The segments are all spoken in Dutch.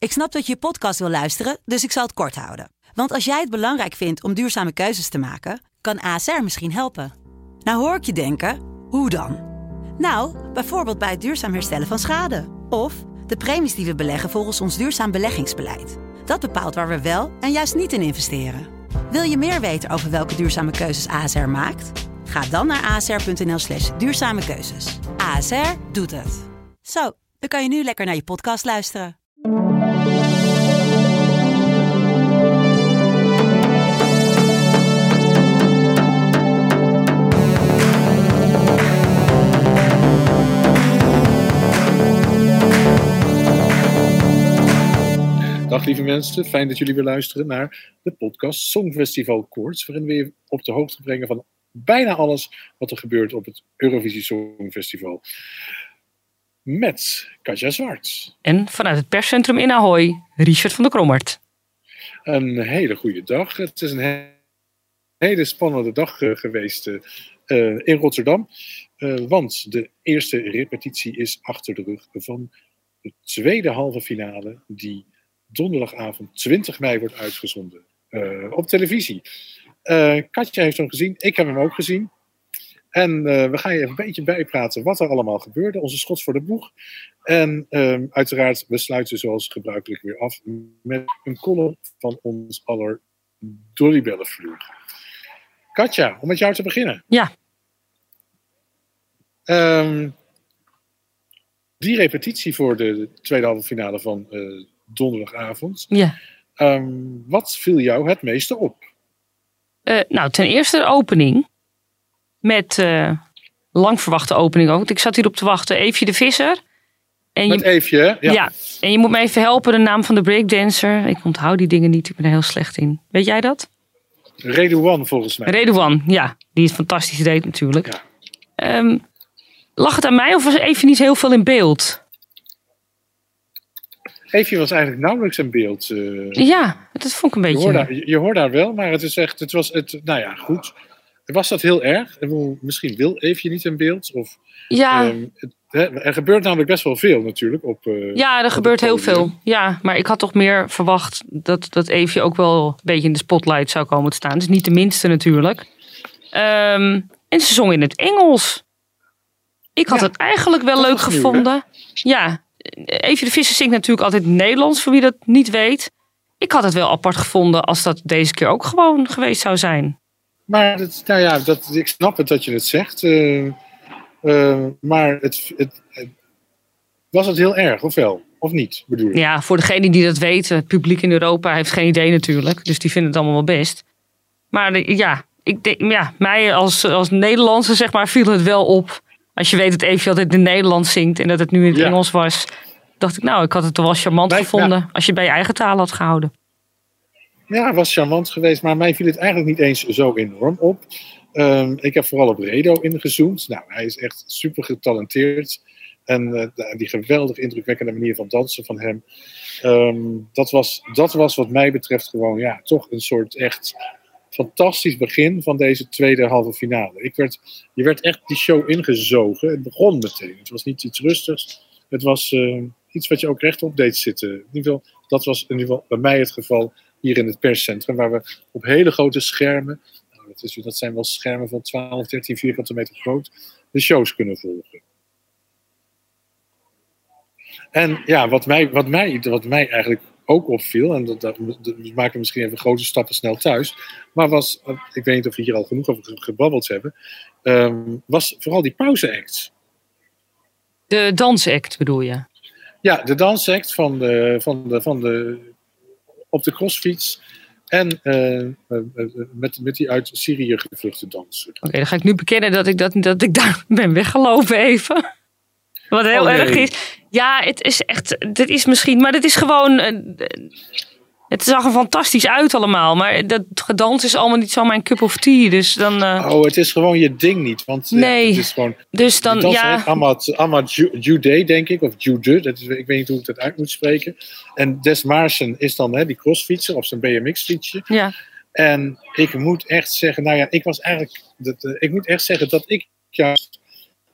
Ik snap dat je podcast wil luisteren, dus ik zal het kort houden. Want als jij het belangrijk vindt om duurzame keuzes te maken, kan ASR misschien helpen. Nou hoor ik je denken, hoe dan? Nou, bijvoorbeeld bij het duurzaam herstellen van schade. Of de premies die we beleggen volgens ons duurzaam beleggingsbeleid. Dat bepaalt waar we wel en juist niet in investeren. Wil je meer weten over welke duurzame keuzes ASR maakt? Ga dan naar asr.nl/duurzame keuzes. ASR doet het. Zo, dan kan je nu lekker naar je podcast luisteren. Dag lieve mensen, fijn dat jullie weer luisteren naar de podcast Songfestival Koorts, waarin we je op de hoogte brengen van bijna alles wat er gebeurt op het Eurovisie Songfestival. Met Katja Zwarts. En vanuit het perscentrum in Ahoy, Richard van der Krommert. Een hele goede dag. Het is een hele spannende dag geweest in Rotterdam. Want de eerste repetitie is achter de rug van de tweede halve finale die donderdagavond 20 mei wordt uitgezonden op televisie. Katja heeft hem gezien, ik heb hem ook gezien. En we gaan je even een beetje bijpraten wat er allemaal gebeurde. Onze schot voor de boeg. En uiteraard, we sluiten zoals gebruikelijk weer af met een column van ons aller Dolly Bellenvloer. Katja, om met jou te beginnen. Ja. Die repetitie voor de tweede halve finale van donderdagavond. Ja. Wat viel jou het meeste op? Nou, ten eerste de opening. Met lang verwachte opening ook. Want ik zat hierop te wachten. Eefje de Visser. En met Eefje, ja. Ja. En je moet me even helpen. De naam van de breakdancer. Ik onthoud die dingen niet. Ik ben er heel slecht in. Weet jij dat? Redouan volgens mij. Redouan, ja. Die het fantastisch deed natuurlijk. Ja. Lag het aan mij of was Eefje niet heel veel in beeld? Eefje was eigenlijk nauwelijks in beeld. Ja, dat vond ik een beetje... Je hoort haar wel, maar het is echt... nou ja, goed. Was dat heel erg? Misschien wil Eefje niet in beeld? Of, ja. Er gebeurt namelijk best wel veel natuurlijk. Ja, er gebeurt heel veel. Ja, maar ik had toch meer verwacht dat Eefje ook wel een beetje in de spotlight zou komen te staan. Dus niet de minste natuurlijk. En ze zong in het Engels. Ik had het eigenlijk wel leuk gevonden. Ja, Eefje de Visser zingt natuurlijk altijd Nederlands, voor wie dat niet weet. Ik had het wel apart gevonden als dat deze keer ook gewoon geweest zou zijn. Maar ik snap het dat je het zegt. Maar was het heel erg, of wel? Of niet, bedoel je? Ja, voor degene die dat weet, het publiek in Europa heeft geen idee natuurlijk. Dus die vinden het allemaal wel best. Maar mij als Nederlandse zeg maar viel het wel op. Als je weet dat Eefje altijd in het Nederlands zingt en dat het nu in het Engels was. Dacht ik, ik had het toch wel charmant gevonden als je bij je eigen taal had gehouden. Ja, het was charmant geweest, maar mij viel het eigenlijk niet eens zo enorm op. Ik heb vooral op Redo ingezoomd. Nou, hij is echt super getalenteerd. En die geweldig indrukwekkende manier van dansen van hem. Dat was wat mij betreft gewoon, toch een soort echt fantastisch begin van deze tweede halve finale. Je werd echt die show ingezogen. Het begon meteen. Het was niet iets rustigs. Het was iets wat je ook rechtop deed zitten. In ieder geval, dat was in ieder geval bij mij het geval hier in het perscentrum, waar we op hele grote schermen, dat zijn wel schermen van 12, 13 vierkante meter groot, de shows kunnen volgen. En ja, wat mij eigenlijk ook opviel, en dat maken we misschien even grote stappen snel thuis, maar ik weet niet of we hier al genoeg over gebabbeld hebben, was vooral die pauzeact. De dansact bedoel je? Ja, de dansact van de op de crossfiets en met die uit Syrië gevluchte danser. Oké, dan ga ik nu bekennen dat ik daar ben weggelopen even. Wat heel erg is. Ja, het is echt, dit is misschien, maar dit is gewoon, het zag er fantastisch uit allemaal. Maar dat gedans is allemaal niet zo mijn cup of tea. Dus dan... het is gewoon je ding niet. Want nee. Het is gewoon... Dus dan, Ahmad Jude, denk ik. Of Jude. Ik weet niet hoe ik dat uit moet spreken. En Des Maarsen is dan die crossfietser op zijn BMX-fietsje. Ja. En ik moet echt zeggen, ik moet echt zeggen dat ik juist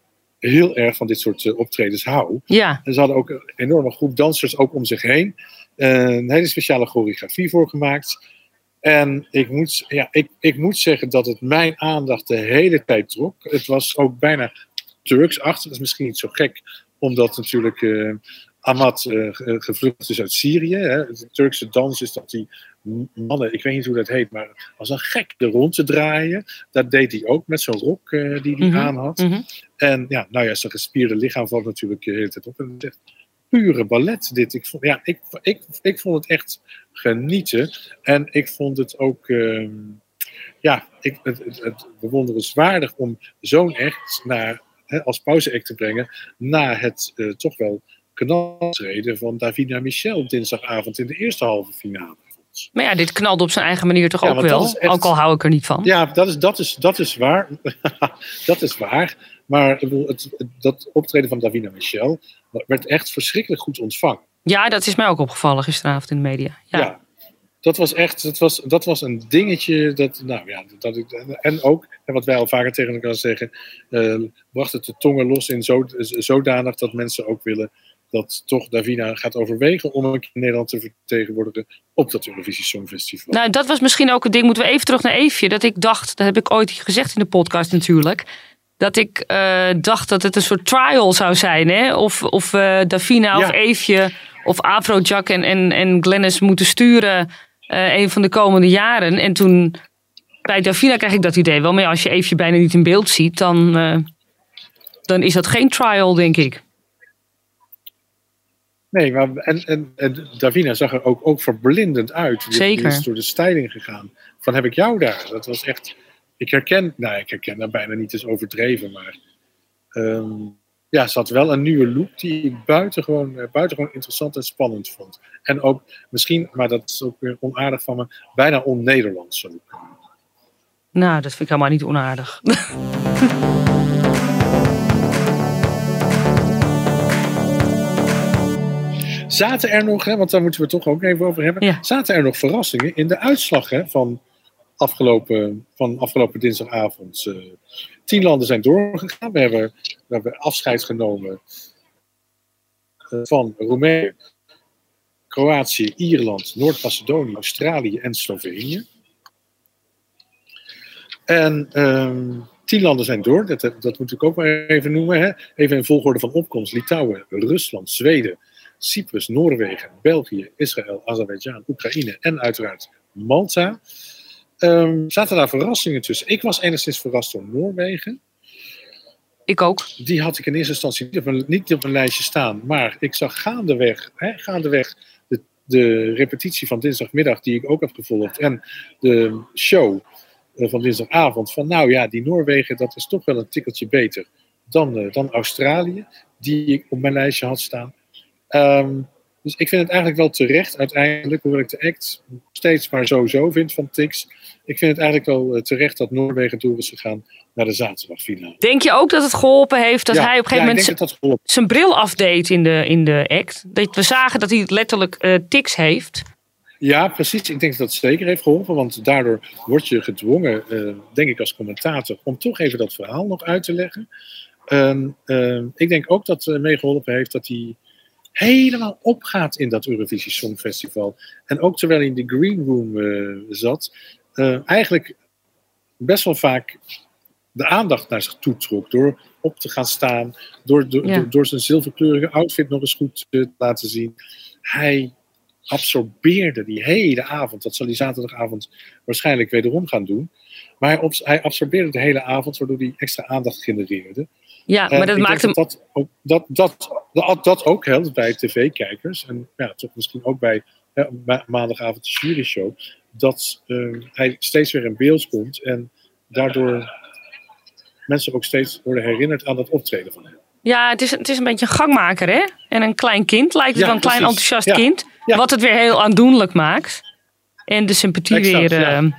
heel erg van dit soort optredens hou. Ja. En ze hadden ook een enorme groep dansers ook om zich heen. Een hele speciale choreografie voor gemaakt. En ik moet zeggen dat het mijn aandacht de hele tijd trok. Het was ook bijna Turks-achtig. Dat is misschien niet zo gek, omdat natuurlijk Ahmad gevlucht is uit Syrië. Hè. De Turkse dans is dat die mannen, ik weet niet hoe dat heet, maar als een gek de rond te draaien. Dat deed hij ook met zo'n rok die hij aan had. Mhm. En zijn gespierde lichaam valt natuurlijk de hele tijd op. En het is echt pure ballet dit. Ik vond het echt genieten. En ik vond het ook het bewonderenswaardig om zo'n act als pauze-act te brengen na het toch wel knaltreden van Davina Michel dinsdagavond in de eerste halve finale. Maar ja, dit knalde op zijn eigen manier toch ook wel. Echt, ook al hou ik er niet van. Ja, dat is waar. Dat is waar. Maar dat optreden van Davina Michel werd echt verschrikkelijk goed ontvangen. Ja, dat is mij ook opgevallen gisteravond in de media. Ja. Dat was echt, dat was een dingetje. En ook, wat wij al vaker tegen elkaar zeggen, bracht het de tongen los in zodanig dat mensen ook willen dat toch Davina gaat overwegen om een keer Nederland te vertegenwoordigen op dat Eurovisie Songfestival. Nou, dat was misschien ook het ding. Moeten we even terug naar Eefje. Dat ik dacht, dat heb ik ooit gezegd in de podcast natuurlijk, dat ik dacht dat het een soort trial zou zijn. Hè? Of Davina of Eefje of Afrojack en Glennis moeten sturen een van de komende jaren. En toen bij Davina krijg ik dat idee wel. Maar ja, als je Eefje bijna niet in beeld ziet, dan is dat geen trial, denk ik. Nee, maar en Davina zag er ook verblindend uit. Zeker. Die is door de styling gegaan. Van, heb ik jou daar? Dat was echt... Ik herken dat bijna niet, is overdreven, maar... ze had wel een nieuwe look die ik buitengewoon interessant en spannend vond. En ook misschien, maar dat is ook weer onaardig van me, bijna on-Nederlands look. Nou, dat vind ik helemaal niet onaardig. Zaten er nog, want daar moeten we het toch ook even over hebben. Zaten er nog verrassingen in de uitslag van afgelopen dinsdagavond? 10 landen zijn doorgegaan. We hebben afscheid genomen van Roemenië, Kroatië, Ierland, Noord-Macedonië, Australië en Slovenië. En 10 landen zijn door. Dat moet ik ook maar even noemen. Hè. Even in volgorde van opkomst. Litouwen, Rusland, Zweden, Cyprus, Noorwegen, België, Israël, Azerbeidzjan, Oekraïne en uiteraard Malta. Zaten daar verrassingen tussen. Ik was enigszins verrast door Noorwegen. Ik ook. Die had ik in eerste instantie niet op mijn lijstje staan. Maar ik zag gaandeweg de repetitie van dinsdagmiddag die ik ook heb gevolgd. En de show van dinsdagavond. Van die Noorwegen, dat is toch wel een tikkeltje beter dan Australië. Die ik op mijn lijstje had staan. Dus ik vind het eigenlijk wel terecht uiteindelijk, hoewel ik de act steeds maar zo vind van Tix. Ik vind het eigenlijk wel terecht dat Noorwegen door is gegaan naar de zaterdagfinale. Denk je ook dat het geholpen heeft dat hij op een gegeven moment zijn bril afdeed in de act? Dat we zagen dat hij letterlijk Tix heeft. Ja, precies. Ik denk dat dat zeker heeft geholpen. Want daardoor word je gedwongen, denk ik als commentator, om toch even dat verhaal nog uit te leggen. Ik denk ook dat meegeholpen heeft dat hij helemaal opgaat in dat Eurovisie Songfestival. En ook terwijl hij in de green room zat, eigenlijk best wel vaak de aandacht naar zich toe trok. Door op te gaan staan, door zijn zilverkleurige outfit nog eens goed te laten zien. Hij absorbeerde die hele avond, dat zal hij zaterdagavond waarschijnlijk wederom gaan doen. Maar hij absorbeerde de hele avond, waardoor hij extra aandacht genereerde. Ja, maar dat maakt hem... Dat ook helpt bij tv-kijkers. En toch misschien ook bij maandagavond de juryshow. Dat hij steeds weer in beeld komt. En daardoor mensen ook steeds worden herinnerd aan dat optreden van hem. Ja, het is een beetje een gangmaker, hè? En een klein kind. Lijkt het wel een klein enthousiast kind. Ja. Wat het weer heel aandoenlijk maakt. En de sympathie weer...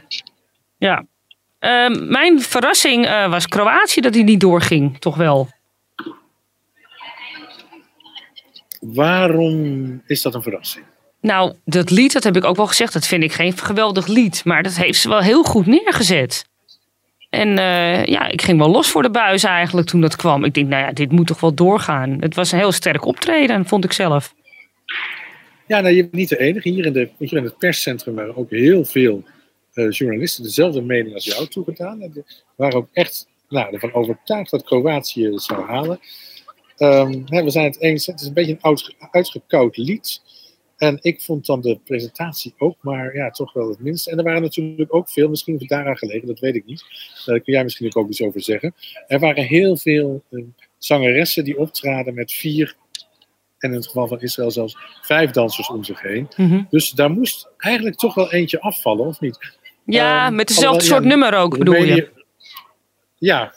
mijn verrassing was Kroatië dat hij niet doorging, toch wel. Waarom is dat een verrassing? Nou, dat lied, dat heb ik ook wel gezegd, dat vind ik geen geweldig lied. Maar dat heeft ze wel heel goed neergezet. En ik ging wel los voor de buis eigenlijk toen dat kwam. Ik denk, dit moet toch wel doorgaan. Het was een heel sterk optreden, vond ik zelf. Ja, nou, je bent niet de enige. Hier in het perscentrum waren ook heel veel journalisten dezelfde mening als jou toegedaan. En waren ook echt ervan overtuigd dat Kroatië het zou halen. We zijn het eens. Het is een beetje een uitgekoud lied. En ik vond dan de presentatie ook maar toch wel het minste. En er waren natuurlijk ook veel, misschien of het daaraan gelegen, dat weet ik niet. Daar kun jij misschien ook iets over zeggen. Er waren heel veel zangeressen die optraden met 4, en in het geval van Israël zelfs 5 dansers om zich heen. Mm-hmm. Dus daar moest eigenlijk toch wel eentje afvallen, of niet? Ja, met dezelfde soort nummer ook, bedoel je? Ja.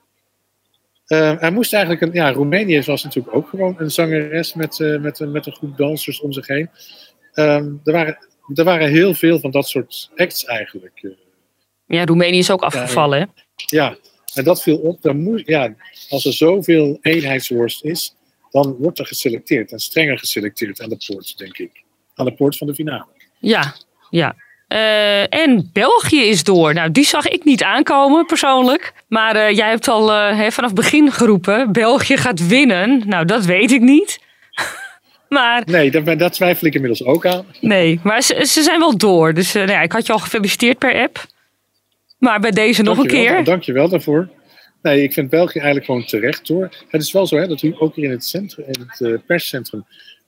Er moest eigenlijk Roemenië was natuurlijk ook gewoon een zangeres met een groep dansers om zich heen. Er waren heel veel van dat soort acts eigenlijk. Ja, Roemenië is ook afgevallen, hè? Ja, en dat viel op. Als er zoveel eenheidsworst is, dan wordt er geselecteerd. En strenger geselecteerd aan de poort, denk ik. Aan de poort van de finale. Ja. En België is door. Nou, die zag ik niet aankomen persoonlijk. Maar jij hebt al vanaf het begin geroepen, België gaat winnen. Nou, dat weet ik niet. Maar, nee, daar twijfel ik inmiddels ook aan. Nee, maar ze zijn wel door. Dus ik had je al gefeliciteerd per app. Maar bij deze nog een keer. Dankjewel daarvoor. Nee, ik vind België eigenlijk gewoon terecht door. Het is wel zo dat u ook hier in het perscentrum.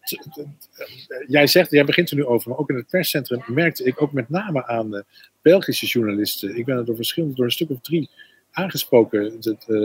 Jij begint er nu over, maar ook in het perscentrum merkte ik ook met name aan Belgische journalisten. Ik ben er door een stuk of 3 aangesproken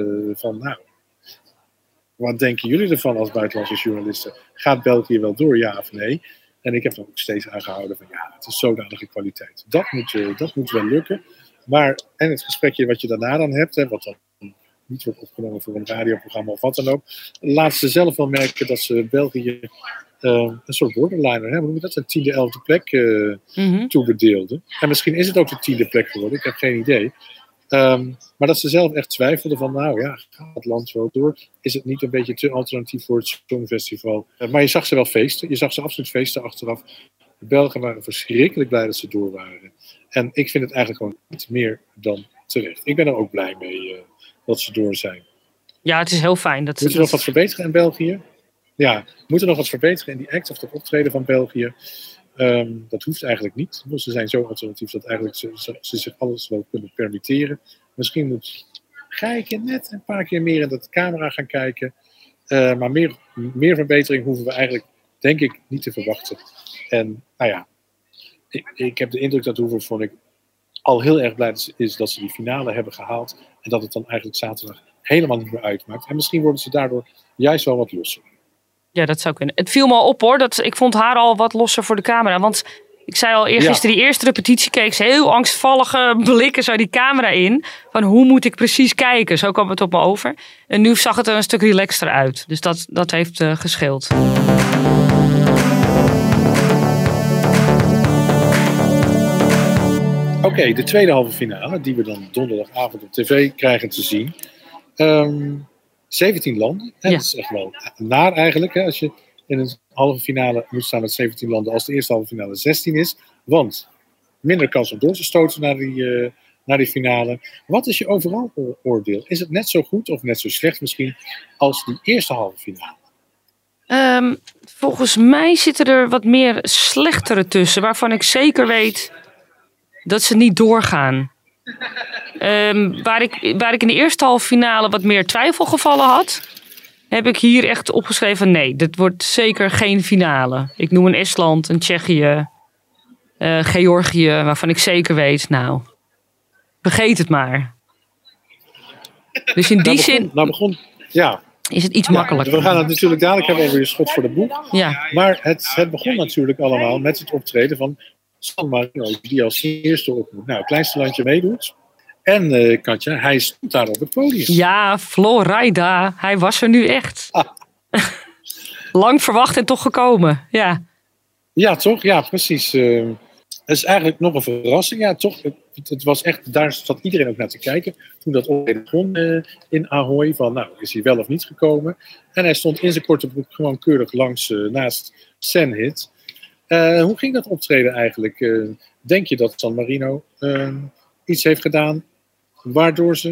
wat denken jullie ervan als buitenlandse journalisten? Gaat België wel door, ja of nee? En ik heb er ook steeds aangehouden van het is zodanige kwaliteit. Dat moet wel lukken. En het gesprekje wat je daarna dan hebt, wat dan niet wordt opgenomen voor een radioprogramma of wat dan ook, laat ze zelf wel merken dat ze België een soort borderliner hebben. Dat een 10e, 11e plek toebedeelde. En misschien is het ook de 10e plek geworden, ik heb geen idee. Maar dat ze zelf echt twijfelden van, gaat het land wel door? Is het niet een beetje te alternatief voor het Songfestival? Maar je zag ze wel feesten. Je zag ze absoluut feesten achteraf. De Belgen waren verschrikkelijk blij dat ze door waren. En ik vind het eigenlijk gewoon niet meer dan terecht. Ik ben er ook blij mee dat ze door zijn. Ja, het is heel fijn. Moet er nog wat verbeteren in België? Ja, moet er nog wat verbeteren in die act of dat optreden van België? Dat hoeft eigenlijk niet. Ze zijn zo alternatief dat eigenlijk ze zich alles wel kunnen permitteren. Misschien moet Gijken net een paar keer meer in de camera gaan kijken. Maar meer verbetering hoeven we eigenlijk, denk ik, niet te verwachten. En ik heb de indruk dat Hoever, vond ik, al heel erg blij is dat ze die finale hebben gehaald. En dat het dan eigenlijk zaterdag helemaal niet meer uitmaakt. En misschien worden ze daardoor juist wel wat losser. Ja, dat zou kunnen. Het viel me al op hoor. Ik vond haar al wat losser voor de camera. Want ik zei al gisteren, die eerste repetitie keek ze heel angstvallige blikken zo die camera in. Van hoe moet ik precies kijken? Zo kwam het op me over. En nu zag het er een stuk relaxter uit. Dus dat heeft gescheeld. Oké, de tweede halve finale, die we dan donderdagavond op tv krijgen te zien. 17 landen. En dat is echt wel naar eigenlijk, als je in een halve finale moet staan met 17 landen, als de eerste halve finale 16 is. Want minder kans om door te stoten naar die finale. Wat is je overal oordeel? Is het net zo goed of net zo slecht misschien als die eerste halve finale? Volgens mij zitten er wat meer slechtere tussen, waarvan ik zeker weet dat ze niet doorgaan. Waar ik in de eerste halve finale wat meer twijfelgevallen had, heb ik hier echt opgeschreven, nee, dit wordt zeker geen finale. Ik noem een Estland, een Tsjechië, Georgië, waarvan ik zeker weet, vergeet het maar. Dus in die zin is het iets makkelijker. We gaan het natuurlijk dadelijk hebben over je schot voor de boeg. Ja. Maar het begon natuurlijk allemaal met het optreden van San Marino, die als eerste opmoet. Nou, het kleinste landje meedoet. En Katja, hij stond daar op het podium. Ja, Florida. Hij was er nu echt. Lang verwacht en toch gekomen. Ja. Ja, toch? Ja, precies. Het is eigenlijk nog een verrassing. Ja, toch? Het was echt, daar zat iedereen ook naar te kijken. Toen dat optreden begon in Ahoy. Van, is hij wel of niet gekomen? En hij stond in zijn korte broek gewoon keurig langs naast Senhit. Hoe ging dat optreden eigenlijk? Denk je dat San Marino iets heeft gedaan waardoor ze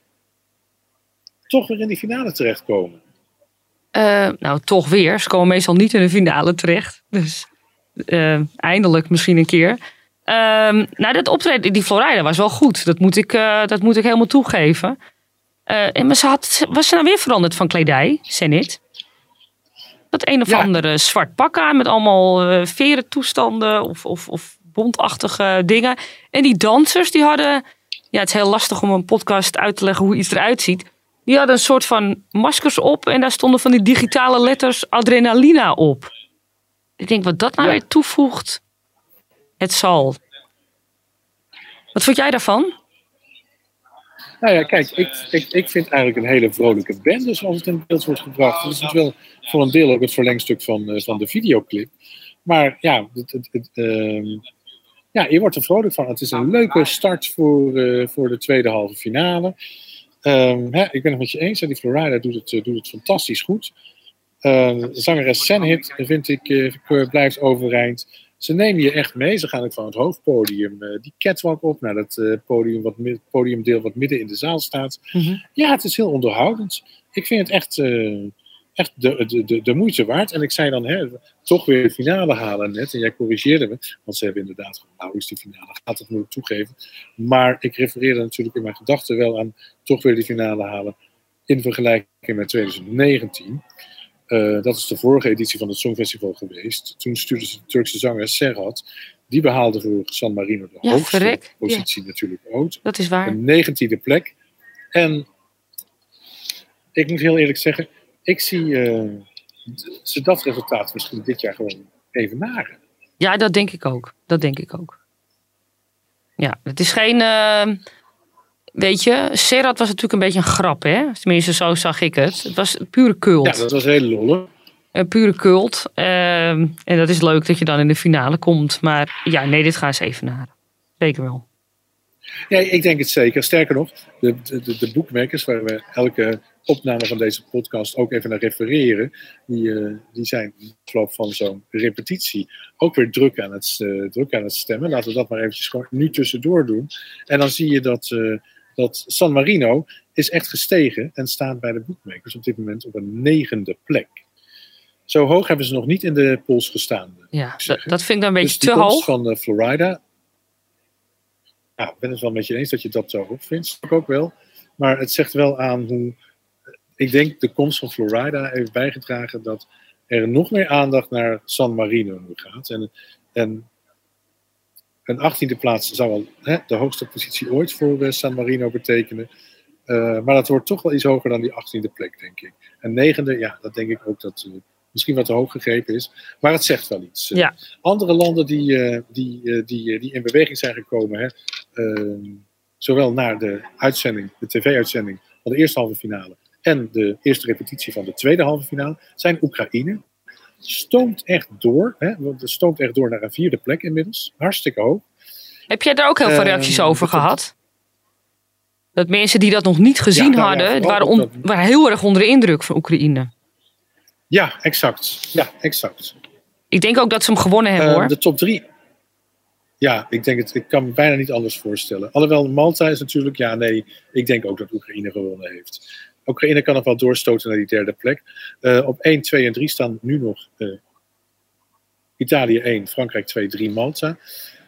toch weer in die finale terechtkomen? Toch weer. Ze komen meestal niet in de finale terecht. Dus Eindelijk misschien een keer. Dat optreden, die Florida was wel goed. Dat moet ik helemaal toegeven. Maar was ze nou weer veranderd van kledij, Zenith? Dat een of andere zwart pak aan met allemaal veren toestanden of bontachtige dingen. En die dansers die hadden... Ja, het is heel lastig om een podcast uit te leggen hoe iets eruit ziet. Die hadden een soort van maskers op en daar stonden van die digitale letters adrenalina op. Ik denk, wat dat nou weer toevoegt, het zal. Wat vond jij daarvan? Nou ja, kijk, ik vind eigenlijk een hele vrolijke band zoals het in beeld wordt gebracht. Het is wel voor een deel ook het verlengstuk van de videoclip. Maar ja, je wordt er vrolijk van. Het is een leuke start voor de tweede halve finale. Ik ben het met je eens. Die Florida doet het fantastisch goed. De zangeres Zenith, vind ik, blijft overeind. Ze nemen je echt mee. Ze gaan ook van het hoofdpodium die catwalk op naar dat podiumdeel wat midden in de zaal staat. Mm-hmm. Ja, het is heel onderhoudend. Ik vind het echt de moeite waard. En ik zei dan, toch weer de finale halen net. En jij corrigeerde me. Want ze hebben inderdaad is die finale. Gaat het moeilijk toegeven. Maar ik refereerde natuurlijk in mijn gedachten wel aan toch weer die finale halen. In vergelijking met 2019. Dat is de vorige editie van het Songfestival geweest. Toen stuurde de Turkse zanger Serhat. Die behaalde voor San Marino de hoogste positie natuurlijk ooit. Dat is waar. Een 19e plek. En ik moet heel eerlijk zeggen, ik zie ze dat resultaat misschien dit jaar gewoon evenaren. Ja, dat denk ik ook. Ja, het is geen... Weet je, Serhat was natuurlijk een beetje een grap, hè? Tenminste, zo zag ik het. Het was pure cult. Ja, dat was heel lollig. Een pure cult. En dat is leuk dat je dan in de finale komt. Maar ja, nee, dit gaan ze evenaren. Zeker wel. Ja, ik denk het zeker. Sterker nog, de boekmakers, waar we elke opname van deze podcast ook even naar refereren, die zijn in de afloop van zo'n repetitie ook weer druk aan het stemmen. Laten we dat maar eventjes gewoon nu tussendoor doen. En dan zie je dat San Marino is echt gestegen en staat bij de boekmakers op dit moment op een 9e plek. Zo hoog hebben ze nog niet in de polls gestaan. Ja, dat vind ik dan een beetje dus te hoog. Van Florida. Nou, ik ben het wel met je eens dat je dat zo hoog vindt. Ik ook wel. Maar het zegt wel aan hoe... Ik denk de komst van Florida heeft bijgedragen dat er nog meer aandacht naar San Marino nu gaat. En een 18e plaats zou al de hoogste positie ooit voor San Marino betekenen. Maar dat wordt toch wel iets hoger dan die 18e plek, denk ik. En 9e, ja, dat denk ik ook dat misschien wat te hoog gegrepen is. Maar het zegt wel iets. Ja. Andere landen die in beweging zijn gekomen, zowel naar de tv-uitzending van de eerste halve finale en de eerste repetitie van de tweede halve finale, zijn Oekraïne. Stoomt echt door. Want het stoomt echt door naar een 4e plek inmiddels. Hartstikke hoog. Heb jij daar ook heel veel reacties over gehad? Dat mensen die dat nog niet gezien hadden, waren heel erg onder de indruk van Oekraïne. Ja, exact. Ik denk ook dat ze hem gewonnen hebben, hoor. De top 3. Ja, ik kan me bijna niet anders voorstellen. Alhoewel Malta is natuurlijk, ik denk ook dat Oekraïne gewonnen heeft. Oekraïne kan nog wel doorstoten naar die 3e plek. Op 1, 2 en 3 staan nu nog Italië 1, Frankrijk 2, 3, Malta.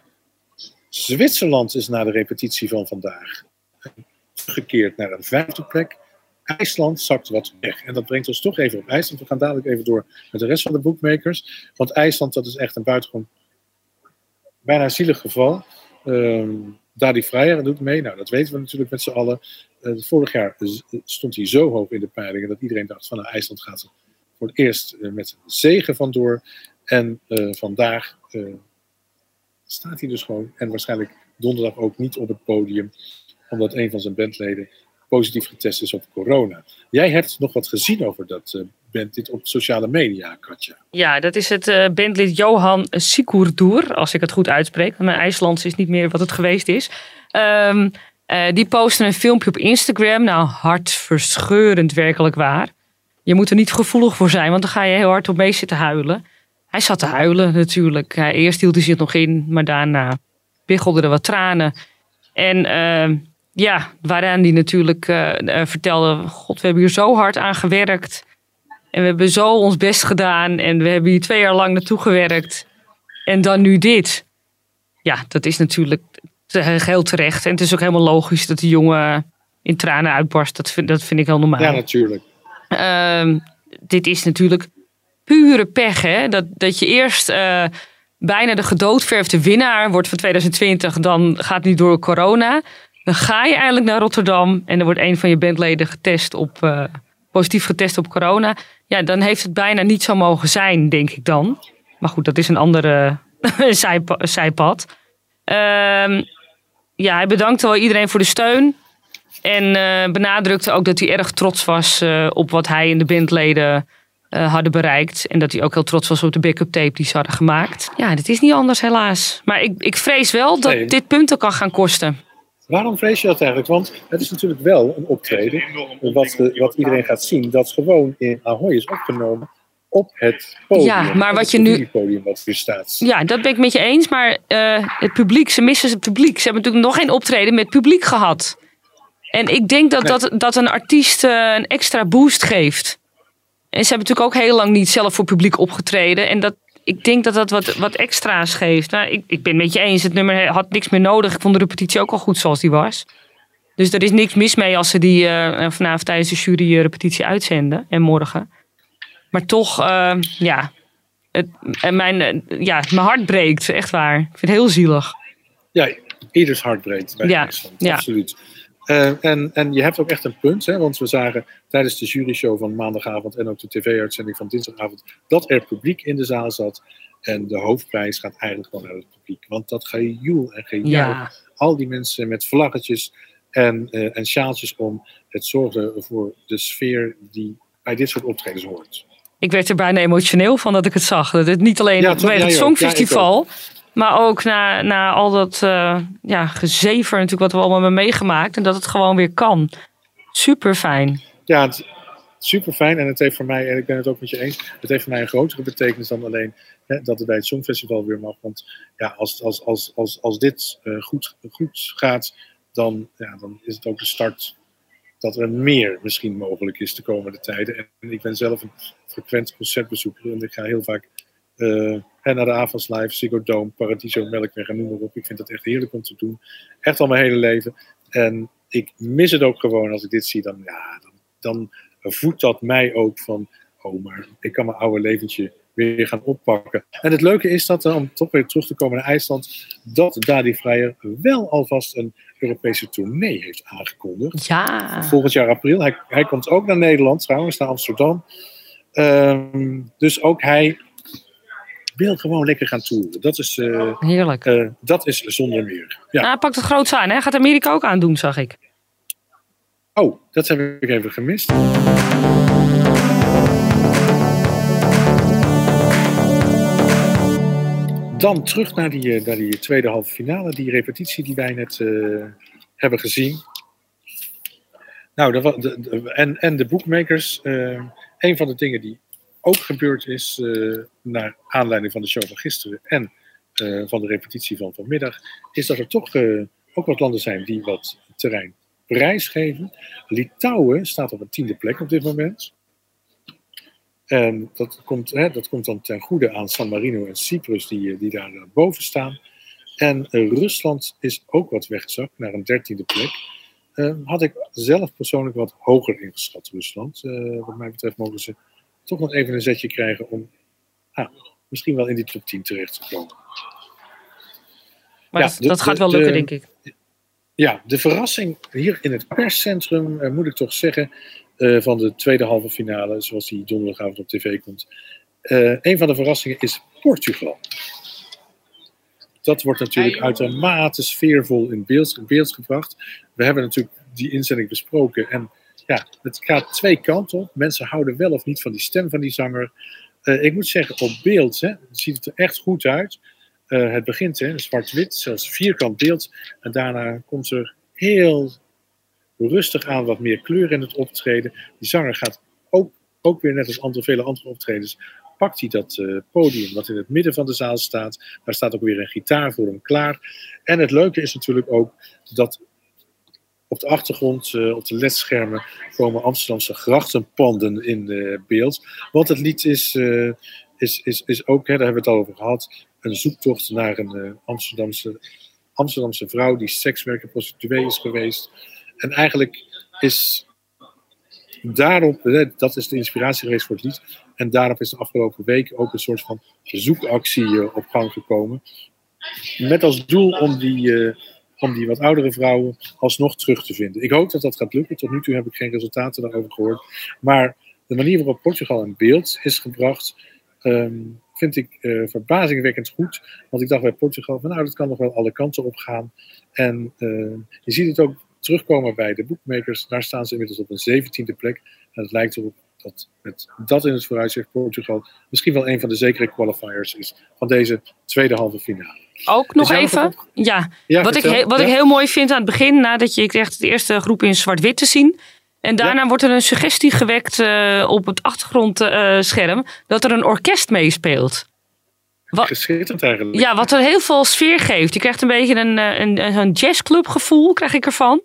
Zwitserland is na de repetitie van vandaag teruggekeerd naar een 5e plek. IJsland zakt wat weg. En dat brengt ons toch even op IJsland. We gaan dadelijk even door met de rest van de bookmakers. Want IJsland, dat is echt een buitengewoon bijna zielig geval. Dadi Freyr doet mee. Nou, dat weten we natuurlijk met z'n allen. Vorig jaar stond hij zo hoog in de peilingen dat iedereen dacht van IJsland gaat er voor het eerst met een zege vandoor. En vandaag staat hij dus gewoon en waarschijnlijk donderdag ook niet op het podium, omdat een van zijn bandleden positief getest is op corona. Jij hebt nog wat gezien over dat bandlid op sociale media, Katja. Ja, dat is het bandlid Johan Sigurdur, als ik het goed uitspreek. Mijn IJslands is niet meer wat het geweest is. Die postte een filmpje op Instagram. Nou, hartverscheurend werkelijk waar. Je moet er niet gevoelig voor zijn, want dan ga je heel hard op mee zitten huilen. Hij zat te huilen natuurlijk. Eerst hield hij zich nog in, maar daarna biggelden er wat tranen. En waaraan hij natuurlijk vertelde, God, we hebben hier zo hard aan gewerkt. En we hebben zo ons best gedaan. En we hebben hier 2 jaar lang naartoe gewerkt. En dan nu dit. Ja, dat is natuurlijk heel terecht. En het is ook helemaal logisch dat die jongen in tranen uitbarst. Dat vind ik heel normaal. Ja, natuurlijk. Dit is natuurlijk pure pech, hè? Dat je eerst bijna de gedoodverfde winnaar wordt van 2020. Dan gaat het niet door corona. Dan ga je eindelijk naar Rotterdam. En er wordt een van je bandleden positief getest op corona. Ja, dan heeft het bijna niet zo mogen zijn, denk ik dan. Maar goed, dat is een andere zijpad. Hij bedankte wel iedereen voor de steun. En benadrukte ook dat hij erg trots was op wat hij en de bandleden hadden bereikt. En dat hij ook heel trots was op de backup tape die ze hadden gemaakt. Ja, dit is niet anders helaas. Maar ik vrees wel dat dit punten kan gaan kosten. Waarom vrees je dat eigenlijk? Want het is natuurlijk wel een optreden wat iedereen gaat zien. Dat gewoon in Ahoy is opgenomen op het podium. Ja, maar wat je nu... podium wat weer staat. Ja, dat ben ik met je eens. Maar het publiek, ze missen het publiek. Ze hebben natuurlijk nog geen optreden met publiek gehad. En ik denk dat een artiest een extra boost geeft. En ze hebben natuurlijk ook heel lang niet zelf voor publiek opgetreden. En ik denk dat wat extra's geeft. Nou, ik ben het met je eens. Het nummer had niks meer nodig. Ik vond de repetitie ook al goed zoals die was. Dus er is niks mis mee als ze die vanavond tijdens de jury-repetitie uitzenden. En morgen. Maar toch, mijn hart breekt. Echt waar. Ik vind het heel zielig. Ja, ieders hart breekt bij IJsland. Ja. Absoluut. En je hebt ook echt een punt, hè, want we zagen tijdens de juryshow van maandagavond en ook de tv-uitzending van dinsdagavond dat er publiek in de zaal zat. En de hoofdprijs gaat eigenlijk gewoon naar het publiek. Want dat gejoel en gejuich, al die mensen met vlaggetjes en sjaaltjes om, het zorgde voor de sfeer die bij dit soort optredens hoort. Ik werd er bijna emotioneel van dat ik het zag. Dat het niet alleen bij het Songfestival... Maar ook na al dat gezever natuurlijk wat we allemaal hebben meegemaakt. En dat het gewoon weer kan. Super fijn. Ja, super fijn. En het heeft voor mij, en ik ben het ook met je eens, het heeft voor mij een grotere betekenis dan alleen dat het bij het Songfestival weer mag. Want ja, als dit goed gaat, dan is het ook de start dat er meer misschien mogelijk is de komende tijden. En ik ben zelf een frequent concertbezoeker en ik ga heel vaak... naar de Avans Live, Ziggo Dome, Paradiso, Melkweg en noem maar op. Ik vind dat echt heerlijk om te doen. Echt al mijn hele leven. En ik mis het ook gewoon als ik dit zie. Dan voedt dat mij ook van... Oh, maar ik kan mijn oude leventje weer gaan oppakken. En het leuke is dat, om toch weer terug te komen naar IJsland... dat Dadi Freyr wel alvast een Europese tournee heeft aangekondigd. Ja. Volgend jaar april. Hij komt ook naar Nederland trouwens, naar Amsterdam. Dus ook hij... wil gewoon lekker gaan toeren. Dat is, heerlijk. Dat is zonder meer. Ja. Hij pakt het groots aan, hè? Gaat Amerika ook aandoen, zag ik. Oh, dat heb ik even gemist. Dan terug naar die tweede halve finale. Die repetitie die wij net hebben gezien. Nou, en de bookmakers. Een van de dingen die ook gebeurd is, naar aanleiding van de show van gisteren en van de repetitie van vanmiddag, is dat er toch ook wat landen zijn die wat terrein prijsgeven. Litouwen staat op een 10e plek op dit moment. En dat komt dan ten goede aan San Marino en Cyprus die daar boven staan. En Rusland is ook wat weggezakt naar een 13e plek. Had ik zelf persoonlijk wat hoger ingeschat, Rusland. Wat mij betreft mogen ze toch nog even een zetje krijgen om misschien wel in die top 10 terecht te komen. Maar dat gaat wel lukken, denk ik. Ja, de verrassing hier in het perscentrum, moet ik toch zeggen, van de tweede halve finale, zoals die donderdagavond op tv komt. Een van de verrassingen is Portugal. Dat wordt natuurlijk uitermate sfeervol in beeld gebracht. We hebben natuurlijk die inzending besproken en ja, het gaat twee kanten op. Mensen houden wel of niet van die stem van die zanger. Ik moet zeggen, op beeld ziet het er echt goed uit. Het begint zwart-wit, zelfs vierkant beeld. En daarna komt er heel rustig aan wat meer kleur in het optreden. Die zanger gaat ook weer, net als vele andere optredens, pakt hij dat podium wat in het midden van de zaal staat. Daar staat ook weer een gitaar voor hem klaar. En het leuke is natuurlijk ook dat op de achtergrond, op de ledschermen, komen Amsterdamse grachtenpanden in beeld. Want het lied is ook, daar hebben we het al over gehad, een zoektocht naar een Amsterdamse vrouw die sekswerker, prostituee is geweest. En eigenlijk is daarop, dat is de inspiratie geweest voor het lied. En daarop is de afgelopen week ook een soort van zoekactie op gang gekomen. Met als doel om die wat oudere vrouwen alsnog terug te vinden. Ik hoop dat dat gaat lukken. Tot nu toe heb ik geen resultaten daarover gehoord. Maar de manier waarop Portugal in beeld is gebracht, vind ik verbazingwekkend goed. Want ik dacht bij Portugal, dat kan nog wel alle kanten op gaan. En je ziet het ook terugkomen bij de bookmakers. Daar staan ze inmiddels op een 17e plek. En het lijkt erop dat met dat in het vooruitzicht Portugal misschien wel een van de zekere qualifiers is van deze tweede halve finale. Ook nog even. Wat ik heel mooi vind aan het begin, nadat je krijgt de eerste groep in zwart-wit te zien. En daarna wordt er een suggestie gewekt op het achtergrondscherm dat er een orkest meespeelt. Geschitterend eigenlijk. Ja, wat er heel veel sfeer geeft. Je krijgt een beetje een jazzclub gevoel, krijg ik ervan.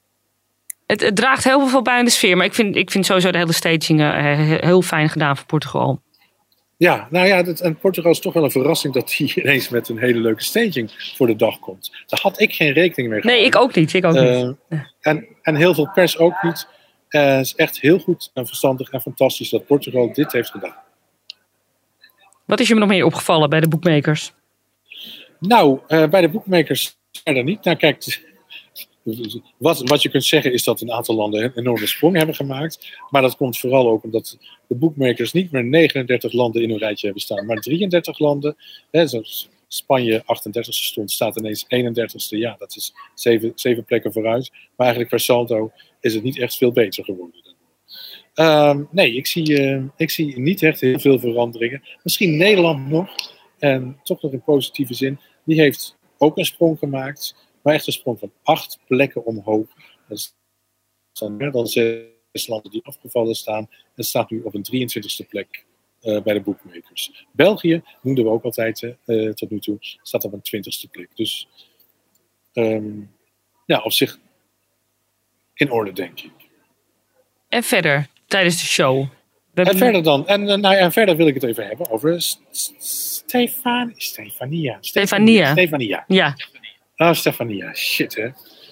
Het draagt heel veel bij aan de sfeer. Maar ik vind sowieso de hele staging heel fijn gedaan voor Portugal. Ja, en Portugal is toch wel een verrassing dat hij ineens met een hele leuke staging voor de dag komt. Daar had ik geen rekening mee gehouden. Nee, ik ook niet. En heel veel pers ook niet. Het is echt heel goed en verstandig en fantastisch dat Portugal dit heeft gedaan. Wat is je nog meer opgevallen bij de bookmakers? Bij de bookmakers verder niet. Kijk, wat je kunt zeggen is dat een aantal landen een enorme sprong hebben gemaakt. Maar dat komt vooral ook omdat de bookmakers niet meer 39 landen in een rijtje hebben staan, maar 33 landen. Zoals Spanje 38e stond, staat ineens 31e. Ja, dat is 7 plekken vooruit. Maar eigenlijk per saldo is het niet echt veel beter geworden. Nee, ik zie niet echt heel veel veranderingen. Misschien Nederland nog. En toch nog in positieve zin. Die heeft ook een sprong gemaakt. Maar echt een sprong van 8 plekken omhoog. Dat is dan meer dan 6 landen die afgevallen staan. En staat nu op een 23e plek bij de bookmakers. België, noemden we ook altijd tot nu toe, staat op een 20e plek. Dus op zich in orde, denk ik. En verder, tijdens de show? En verder wil ik het even hebben over Stefania. Ja. Stefania, shit hè.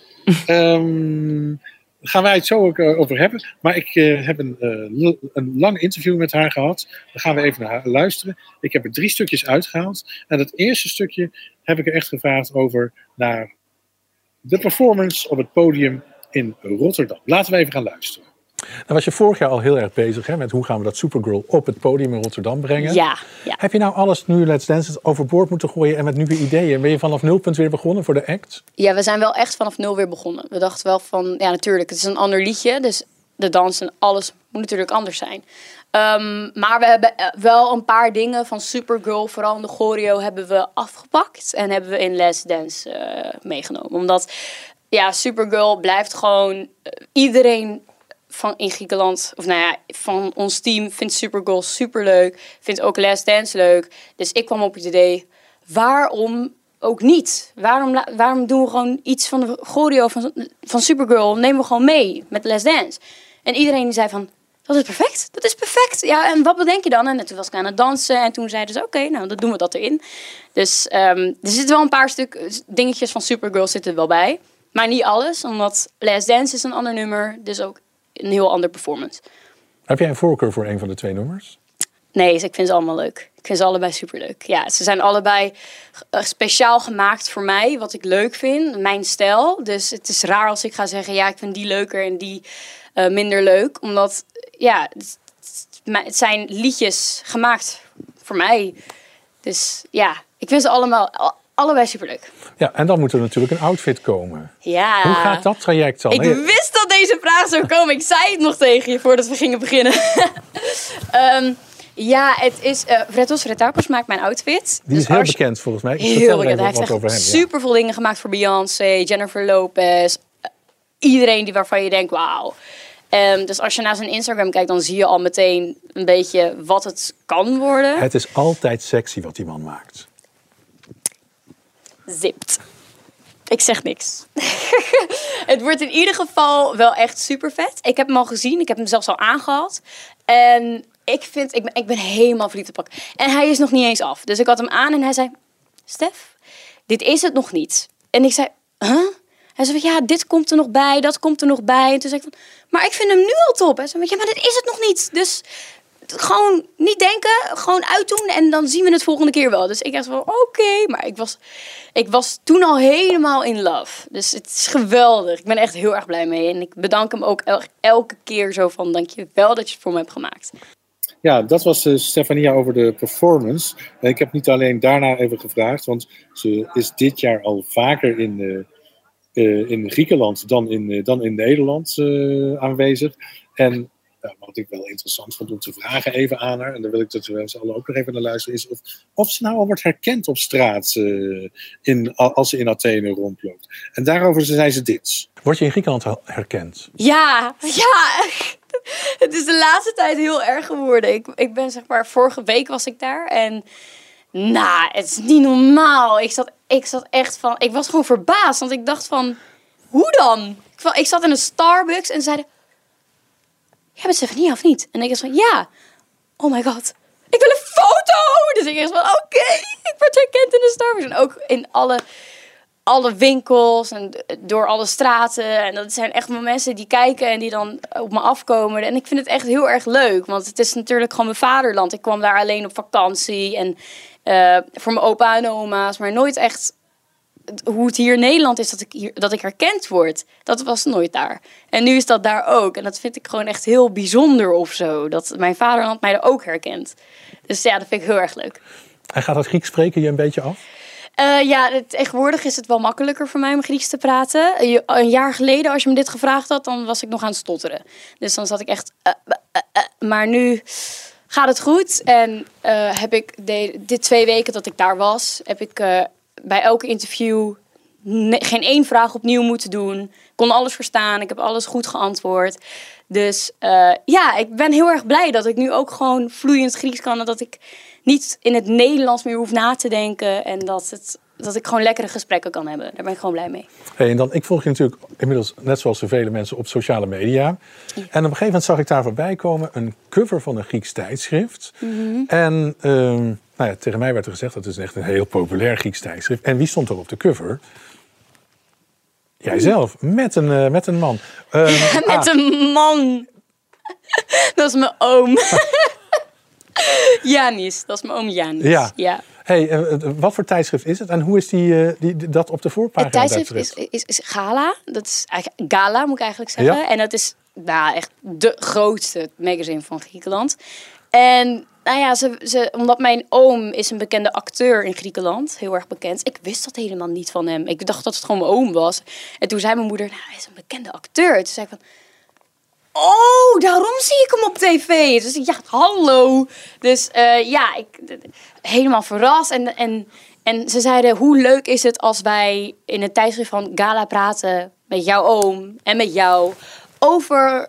Gaan wij het zo ook over hebben. Maar ik heb een lang interview met haar gehad. Daar gaan we even naar luisteren. Ik heb er 3 stukjes uitgehaald. En het eerste stukje heb ik er echt gevraagd over naar de performance op het podium in Rotterdam. Laten we even gaan luisteren. Dan was je vorig jaar al heel erg bezig met hoe gaan we dat Supergirl op het podium in Rotterdam brengen. Ja. Heb je nou alles nu Let's Dance overboord moeten gooien en met nieuwe ideeën? Ben je vanaf 0 weer begonnen voor de act? Ja, we zijn wel echt vanaf 0 weer begonnen. We dachten wel van, ja natuurlijk, het is een ander liedje. Dus de dans en alles moet natuurlijk anders zijn. Maar we hebben wel een paar dingen van Supergirl, vooral in de choreo, hebben we afgepakt. En hebben we in Let's Dance meegenomen. Omdat, Supergirl blijft gewoon iedereen in Griekenland, van ons team vindt Supergirl superleuk. Vindt ook Let's Dance leuk. Dus ik kwam op het idee, waarom ook niet? Waarom doen we gewoon iets van de choreo van Supergirl? Nemen we gewoon mee met Let's Dance. En iedereen zei van, dat is perfect. Dat is perfect. Ja, en wat bedenk je dan? En toen was ik aan het dansen. En toen zeiden ze, oké, dan doen we dat erin. Dus er zitten wel een paar dingetjes van Supergirl zitten er wel bij. Maar niet alles, omdat Let's Dance is een ander nummer. Dus ook een heel ander performance. Heb jij een voorkeur voor een van de 2 nummers? Nee, ik vind ze allemaal leuk. Ik vind ze allebei superleuk. Ja, ze zijn allebei speciaal gemaakt voor mij. Wat ik leuk vind, mijn stijl. Dus het is raar als ik ga zeggen, ja, ik vind die leuker en die minder leuk. Omdat, het zijn liedjes gemaakt voor mij. Dus ja, ik vind ze allebei superleuk. Ja, en dan moet er natuurlijk een outfit komen. Ja. Hoe gaat dat traject dan? Ik wist dat deze vraag zou komen. Ik zei het nog tegen je voordat we gingen beginnen. Het is Vretos Vretappers maakt mijn outfit. Die is heel bekend volgens mij. Heel bekend. Hij heeft echt superveel dingen gemaakt voor Beyoncé, Jennifer Lopez. Iedereen waarvan je denkt, wauw. Dus als je naar zijn Instagram kijkt, dan zie je al meteen een beetje wat het kan worden. Het is altijd sexy wat die man maakt. Zipt. Ik zeg niks. Het wordt in ieder geval wel echt super vet. Ik heb hem al gezien. Ik heb hem zelfs al aangehad. En ik ben helemaal verliefd op pak. En hij is nog niet eens af. Dus ik had hem aan en hij zei, Stef, dit is het nog niet. En ik zei, huh? Hij zei, ja, dit komt er nog bij, dat komt er nog bij. En toen zei ik van, maar ik vind hem nu al top. Hij zei, ja, maar dit is het nog niet. Dus gewoon niet denken, gewoon uitdoen en dan zien we het volgende keer wel. Dus ik dacht van, oké. Maar ik was toen al helemaal in love. Dus het is geweldig. Ik ben echt heel erg blij mee. En ik bedank hem ook elke keer zo van, dank je wel dat je het voor me hebt gemaakt. Ja, dat was Stefania over de performance. Ik heb niet alleen daarna even gevraagd, want ze is dit jaar al vaker in Griekenland dan in Nederland aanwezig. En wat ik wel interessant vond om te vragen even aan haar, en dan wil ik dat we z'n allen ook nog even naar luisteren, is of ze nou al wordt herkend op straat als ze in Athene rondloopt. En daarover zei ze dit. Word je in Griekenland herkend? Ja. Het is de laatste tijd heel erg geworden. Ik ben zeg maar, vorige week was ik daar en het is niet normaal. Ik zat echt van, ik was gewoon verbaasd, want ik dacht van, hoe dan? Ik zat in een Starbucks en zeiden, jij bent Stefania of niet? En ik dacht van, ja. Oh my god, ik wil een foto! Dus ik dacht van, oké, ik word herkend in de Starbucks. En ook in alle winkels en door alle straten. En dat zijn echt mensen die kijken en die dan op me afkomen. En ik vind het echt heel erg leuk, want het is natuurlijk gewoon mijn vaderland. Ik kwam daar alleen op vakantie en voor mijn opa en oma's, maar nooit echt hoe het hier in Nederland is dat ik herkend word. Dat was nooit daar. En nu is dat daar ook. En dat vind ik gewoon echt heel bijzonder of zo. Dat mijn vaderland mij er ook herkent. Dus ja, dat vind ik heel erg leuk. En gaat dat Grieks spreken je een beetje af? Tegenwoordig is het wel makkelijker voor mij om Grieks te praten. Een jaar geleden, als je me dit gevraagd had, dan was ik nog aan het stotteren. Dus dan zat ik echt... Maar nu gaat het goed. En heb ik de 2 weken dat ik daar was, heb ik bij elke interview geen 1 vraag opnieuw moeten doen. Ik kon alles verstaan. Ik heb alles goed geantwoord. Dus ik ben heel erg blij dat ik nu ook gewoon vloeiend Grieks kan. En dat ik niet in het Nederlands meer hoef na te denken. En dat ik gewoon lekkere gesprekken kan hebben. Daar ben ik gewoon blij mee. Hey, en dan, ik volg je natuurlijk inmiddels, net zoals zoveel mensen, op sociale media. Ja. En op een gegeven moment zag ik daar voorbij komen een cover van een Grieks tijdschrift. Mm-hmm. En tegen mij werd er gezegd, dat is echt een heel populair Grieks tijdschrift. En wie stond er op de cover? Jijzelf, met een man. Met een man. Dat is mijn oom. Janis, dat is mijn oom Janis. Ja. Hey, wat voor tijdschrift is het en hoe is dat op de voorpagina? Het tijdschrift is Gala. Dat is eigenlijk Gala, moet ik eigenlijk zeggen. Ja. En dat is echt de grootste magazine van Griekenland. En omdat mijn oom is een bekende acteur in Griekenland, heel erg bekend. Ik wist dat helemaal niet van hem. Ik dacht dat het gewoon mijn oom was. En toen zei mijn moeder, hij is een bekende acteur. Toen zei ik van, oh, daarom zie ik hem op tv. Dus ja, hallo. Dus helemaal verrast. En ze zeiden, hoe leuk is het als wij in het tijdschrift van Gala praten met jouw oom en met jou over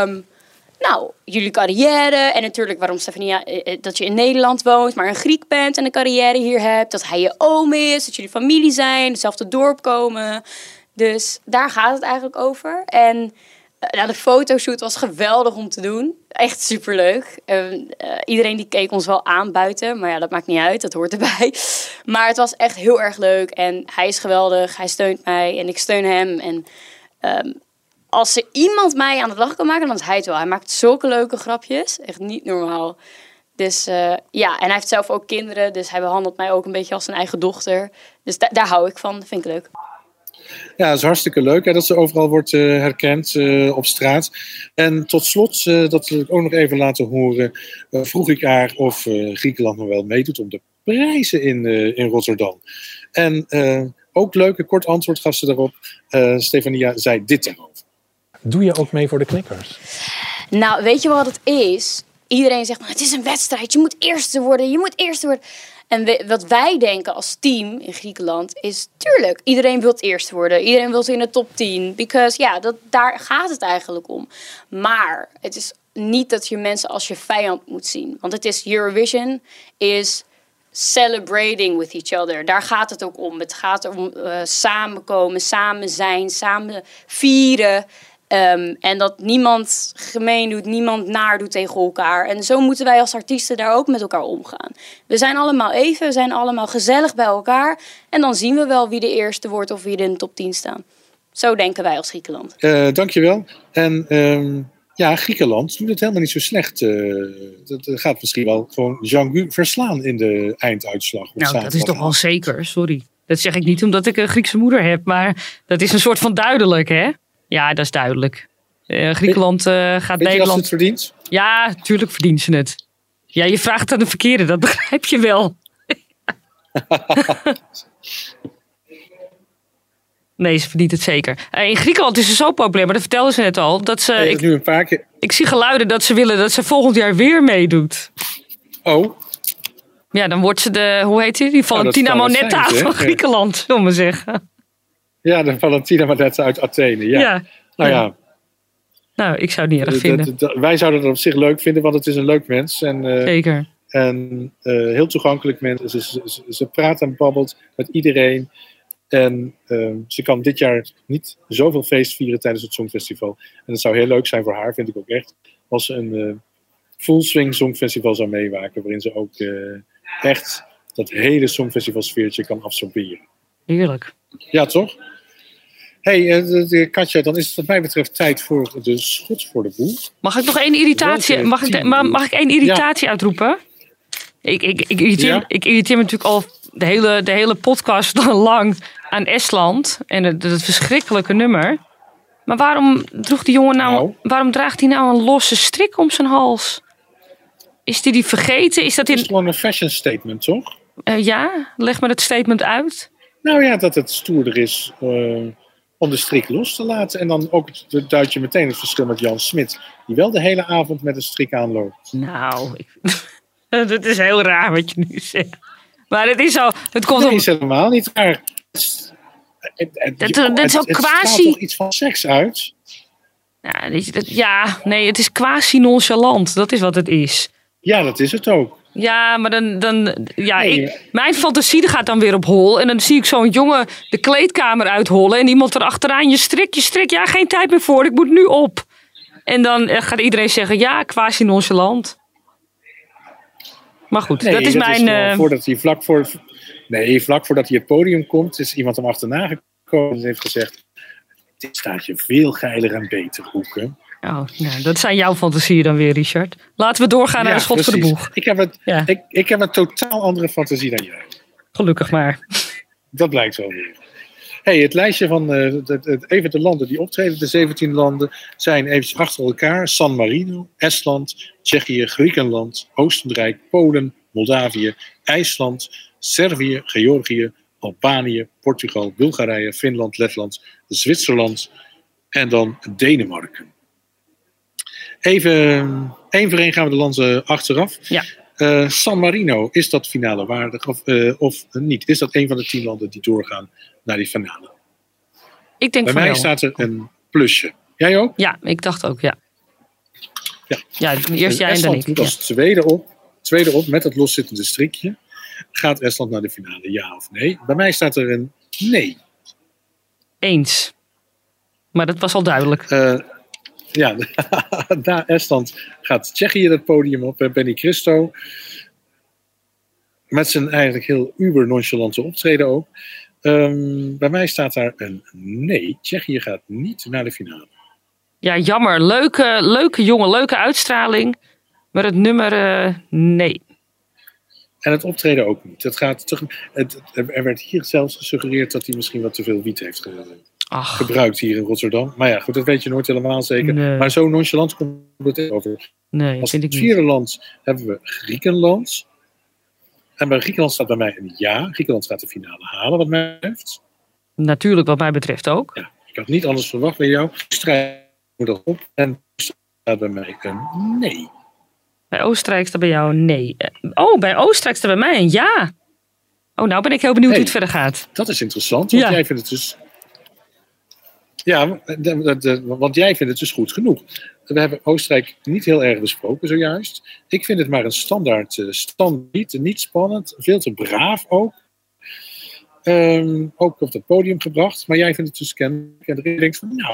jullie carrière. En natuurlijk waarom Stefania, dat je in Nederland woont, maar een Griek bent en een carrière hier hebt. Dat hij je oom is, dat jullie familie zijn, hetzelfde dorp komen. Dus daar gaat het eigenlijk over. En de fotoshoot was geweldig om te doen. Echt superleuk. Iedereen die keek ons wel aan buiten. Maar ja, dat maakt niet uit. Dat hoort erbij. Maar het was echt heel erg leuk. En hij is geweldig. Hij steunt mij. En ik steun hem. En als er iemand mij aan het lachen kan maken, dan is hij het wel. Hij maakt zulke leuke grapjes. Echt niet normaal. Dus en hij heeft zelf ook kinderen. Dus hij behandelt mij ook een beetje als zijn eigen dochter. Dus daar hou ik van. Dat vind ik leuk. Ja, dat is hartstikke leuk hè, dat ze overal wordt herkend op straat. En tot slot, dat wil ik ook nog even laten horen, vroeg ik haar of Griekenland nog wel meedoet om de prijzen in Rotterdam. En ook leuk, een kort antwoord gaf ze daarop. Stefania zei dit daarover. Doe je ook mee voor de knikkers? Nou, weet je wat het is? Iedereen zegt, maar het is een wedstrijd, je moet eerste worden. En wat wij denken als team in Griekenland is, tuurlijk, iedereen wil het eerst worden. Iedereen wil in de top 10. Because daar gaat het eigenlijk om. Maar het is niet dat je mensen als je vijand moet zien. Want het is Eurovision is celebrating with each other. Daar gaat het ook om. Het gaat om samenkomen, samen zijn, samen vieren. En dat niemand gemeen doet, niemand naar doet tegen elkaar. En zo moeten wij als artiesten daar ook met elkaar omgaan. We zijn allemaal even, we zijn allemaal gezellig bij elkaar. En dan zien we wel wie de eerste wordt of wie er in de top 10 staan. Zo denken wij als Griekenland. Dankjewel. En Griekenland doet het helemaal niet zo slecht. Dat gaat misschien wel gewoon Jean-Gu verslaan in de einduitslag. Nou, dat is toch wel zeker, sorry. Dat zeg ik niet omdat ik een Griekse moeder heb, maar dat is een soort van duidelijk, hè? Ja, dat is duidelijk. Griekenland gaat Weet Nederland... je wat ze het verdient? Ja, tuurlijk verdient ze het. Ja, je vraagt aan de verkeerde, dat begrijp je wel. Nee, ze verdient het zeker. In Griekenland is ze zo populair, maar dat vertelden ze net al. Dat ze, nu een paar keer. Ik zie geluiden dat ze willen dat ze volgend jaar weer meedoet. Oh. Ja, dan wordt ze de, hoe heet die? Die Valentina Monetta van Griekenland, zullen we maar zeggen. Ja, de Valentina Monetta uit Athene, ja. Nou ja. Nou, ik zou het niet erg vinden. Wij zouden het op zich leuk vinden, want het is een leuk mens. En, zeker. En heel toegankelijk mens. Ze praat en babbelt met iedereen. En ze kan dit jaar niet zoveel feest vieren tijdens het Songfestival. En het zou heel leuk zijn voor haar, vind ik ook echt, als ze een full swing Songfestival zou meemaken. Waarin ze ook echt dat hele Songfestival sfeertje kan absorberen. Heerlijk. Ja, toch? Hey, Katja, dan is het wat mij betreft tijd voor de schot voor de boel. Mag ik nog één irritatie, mag ik één irritatie uitroepen? Ik irriteer me natuurlijk al de hele podcast lang aan Estland en het verschrikkelijke nummer. Maar waarom droeg die jongen waarom draagt hij nou een losse strik om zijn hals? Is die vergeten? Het is gewoon een fashion statement, toch? Ja, leg me dat statement uit. Nou ja, dat het stoerder is om de strik los te laten. En dan ook duid je meteen het verschil met Jan Smit, die wel de hele avond met een strik aanloopt. Nou, dat is heel raar wat je nu zegt. Maar het is zo. Het is helemaal niet raar. Het is ook quasi. Het toch iets van seks uit? Het is quasi nonchalant. Dat is wat het is. Ja, dat is het ook. Ja, maar mijn fantasie gaat dan weer op hol. En dan zie ik zo'n jongen de kleedkamer uithollen. En iemand erachteraan, je strik. Ja, geen tijd meer voor, ik moet nu op. En dan gaat iedereen zeggen, ja, quasi nonchalant. Maar goed, dat is mijn... vlak voordat hij het podium komt, is iemand hem achterna gekomen en heeft gezegd, dit staat je veel geiler en beter, Hoeken. Oh, nou, dat zijn jouw fantasieën dan weer, Richard. Laten we doorgaan naar de schot voor de boeg. Ik heb een totaal andere fantasie dan jij. Gelukkig maar. Dat blijkt wel weer. Hey, het lijstje van even de landen die optreden, de 17 landen, zijn eventjes achter elkaar. San Marino, Estland, Tsjechië, Griekenland, Oostenrijk, Polen, Moldavië, IJsland, Servië, Georgië, Albanië, Portugal, Bulgarije, Finland, Letland, Zwitserland en dan Denemarken. Even één voor één gaan we de landen achteraf. Ja. San Marino, is dat finale waardig of niet? Is dat een van de 10 landen die doorgaan naar die finale? Ik denk Bij mij staat er een plusje. Jij ook? Ja, ik dacht ook, ja. Ja, eerst jij en dan ik. Moet als tweede op met dat loszittende strikje. Gaat Estland naar de finale, ja of nee? Bij mij staat er een nee. Eens. Maar dat was al duidelijk. Na Estland gaat Tsjechië het podium op. Benny Christo. Met zijn eigenlijk heel uber nonchalante optreden ook. Bij mij staat daar een nee. Tsjechië gaat niet naar de finale. Ja, jammer. Leuke jongen, leuke uitstraling. Maar het nummer, nee. En het optreden ook niet. Er werd hier zelfs gesuggereerd dat hij misschien wat te veel wiet heeft gebruikt hier in Rotterdam. Maar ja, goed, dat weet je nooit helemaal zeker. Nee. Maar zo nonchalant komt het over. Nee, als vind ik het niet. vierde land hebben we Griekenland. En bij Griekenland staat bij mij een ja. Griekenland gaat de finale halen, wat mij betreft. Natuurlijk, wat mij betreft ook. Ja, ik had niet anders verwacht bij jou. Strijd moet erop. En staat bij mij een nee. Bij Oostenrijk staat bij jou een nee. Bij Oostenrijk staat bij mij een ja. Oh, nou ben ik heel benieuwd hoe het verder gaat. Dat is interessant, want jij vindt het dus... Ja, want jij vindt het dus goed genoeg. We hebben Oostenrijk niet heel erg besproken zojuist. Ik vind het maar een standaard niet spannend. Veel te braaf ook. Ook op het podium gebracht. Maar jij vindt het dus kennelijk. En je denkt van, nou,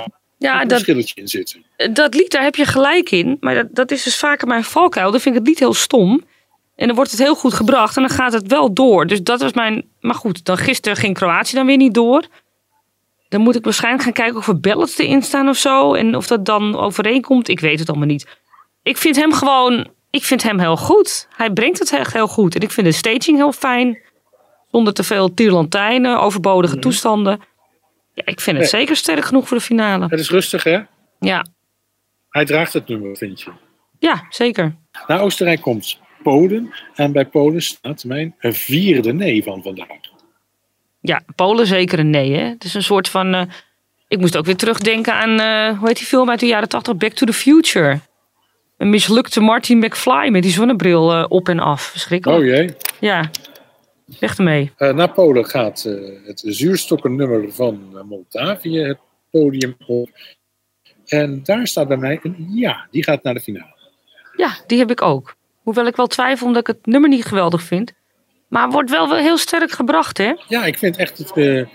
Ja, een verschilletje in zitten. Dat lied, daar heb je gelijk in. Maar dat is dus vaker mijn valkuil. Dan vind ik het lied heel stom. En dan wordt het heel goed gebracht. En dan gaat het wel door. Dus dat was mijn... Maar goed, dan gisteren ging Kroatië dan weer niet door. Dan moet ik waarschijnlijk gaan kijken of er ballads erin staan of zo. En of dat dan overeenkomt. Ik weet het allemaal niet. Ik vind hem heel goed. Hij brengt het echt heel goed. En ik vind de staging heel fijn. Zonder te veel tierlantijnen, overbodige toestanden. Ja, ik vind het zeker sterk genoeg voor de finale. Het is rustig, hè? Ja. Hij draagt het nummer, vind je? Ja, zeker. Na Oostenrijk komt Polen. En bij Polen staat mijn 4e nee van vandaag. Ja, Polen zeker een nee. Hè? Het is een soort van... ik moest ook weer terugdenken aan... hoe heet die film uit de jaren 80? Back to the Future. Een mislukte Marty McFly met die zonnebril op en af. Verschrikkelijk. Oh jee. Ja, weg ermee. Naar Polen gaat het zuurstokkennummer van Moldavië het podium op. En daar staat bij mij een ja. Die gaat naar de finale. Ja, die heb ik ook. Hoewel ik wel twijfel omdat ik het nummer niet geweldig vind. Maar wordt wel heel sterk gebracht, hè? Ja, ik vind echt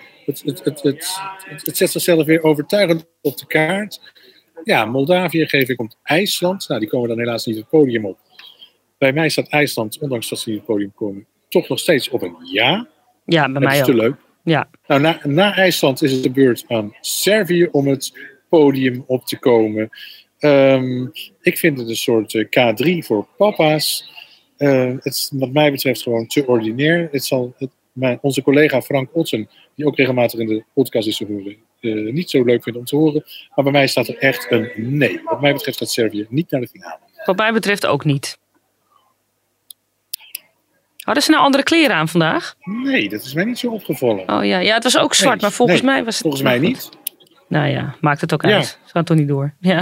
het zet zichzelf weer overtuigend op de kaart. Ja, Moldavië geef ik om IJsland. Nou, die komen dan helaas niet het podium op. Bij mij staat IJsland, ondanks dat ze niet het podium komen, toch nog steeds op een ja. Ja, bij mij ook. Dat is te leuk. Ja. Nou, na IJsland is het de beurt aan Servië om het podium op te komen. Ik vind het een soort K3 voor papa's. Het is wat mij betreft gewoon te ordinair. Onze collega Frank Otten, die ook regelmatig in de podcast is te horen, niet zo leuk vindt om te horen. Maar bij mij staat er echt een nee. Wat mij betreft gaat Servië niet naar de finale. Wat mij betreft ook niet. Hadden ze nou andere kleren aan vandaag? Nee, dat is mij niet zo opgevallen. Oh ja, het was ook zwart, maar volgens mij was het... Volgens mij niet. Nou ja, maakt het ook uit. Gaat toch niet door. Ja.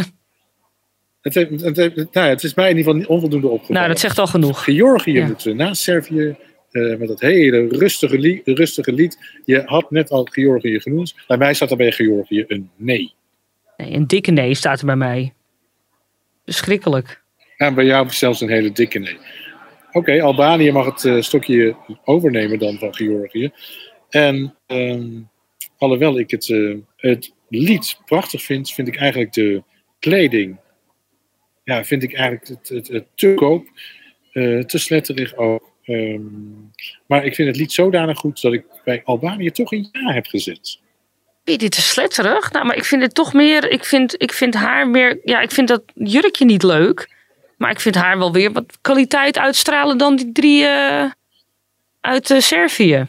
Het is mij in ieder geval onvoldoende opgevallen. Nou, dat zegt al genoeg. Georgië moet na Servië met dat hele rustige lied. Je had net al Georgië genoemd. Bij mij staat er bij Georgië een nee. Nee, een dikke nee staat er bij mij. Verschrikkelijk. En bij jou zelfs een hele dikke nee. Oké, Albanië mag het stokje overnemen dan van Georgië. En alhoewel ik het lied prachtig vind ik eigenlijk de kleding... Ja, vind ik eigenlijk het te koop. Te sletterig ook. Maar ik vind het lied zodanig goed dat ik bij Albanië toch een ja heb gezet. Vind je dit te sletterig? Nou, maar ik vind het toch meer... Ik vind haar meer... Ja, ik vind dat jurkje niet leuk. Maar ik vind haar wel weer wat kwaliteit uitstralen dan die 3 uit Servië.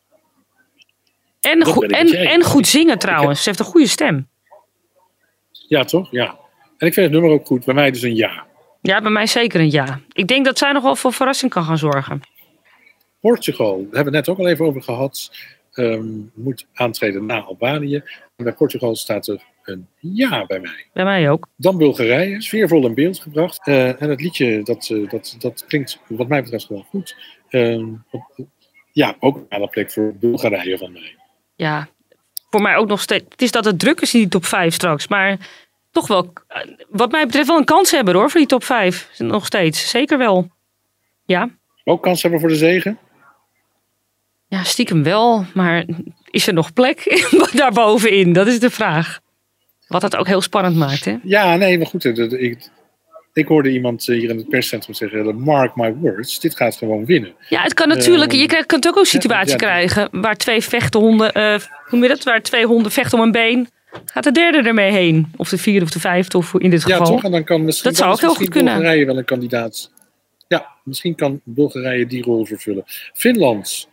En goed zingen trouwens. Ze heeft een goede stem. Ja, toch? Ja. En ik vind het nummer ook goed. Bij mij dus een ja. Ja, bij mij zeker een ja. Ik denk dat zij nog wel voor verrassing kan gaan zorgen. Portugal, daar hebben we het net ook al even over gehad. Moet aantreden na Albanië. En bij Portugal staat er een ja bij mij. Bij mij ook. Dan Bulgarije, sfeervol in beeld gebracht. En het liedje, dat klinkt wat mij betreft gewoon goed. Ja, ook aan de plek voor Bulgarije van mij. Ja, voor mij ook nog steeds. Het is dat het druk is in die top 5 straks. Maar toch wel, wat mij betreft, wel een kans hebben hoor, voor die top 5. Nog steeds, zeker wel. Ja. Ook kans hebben voor de zege? Ja, stiekem wel. Maar is er nog plek daarbovenin? Dat is de vraag. Wat het ook heel spannend maakt, hè? Ja, nee, maar goed. Ik hoorde iemand hier in het perscentrum zeggen, mark my words, dit gaat gewoon winnen. Ja, het kan natuurlijk. Je kunt ook een situatie krijgen waar 2 vechthonden, waar 2 honden vechten om een been. Gaat de derde ermee heen? Of de 4e of de 5e, of in dit geval. Ja, toch? En dan kan misschien, dat zou ook heel goed kunnen. Bulgarije wel een kandidaat. Ja, misschien kan Bulgarije die rol vervullen. Finland.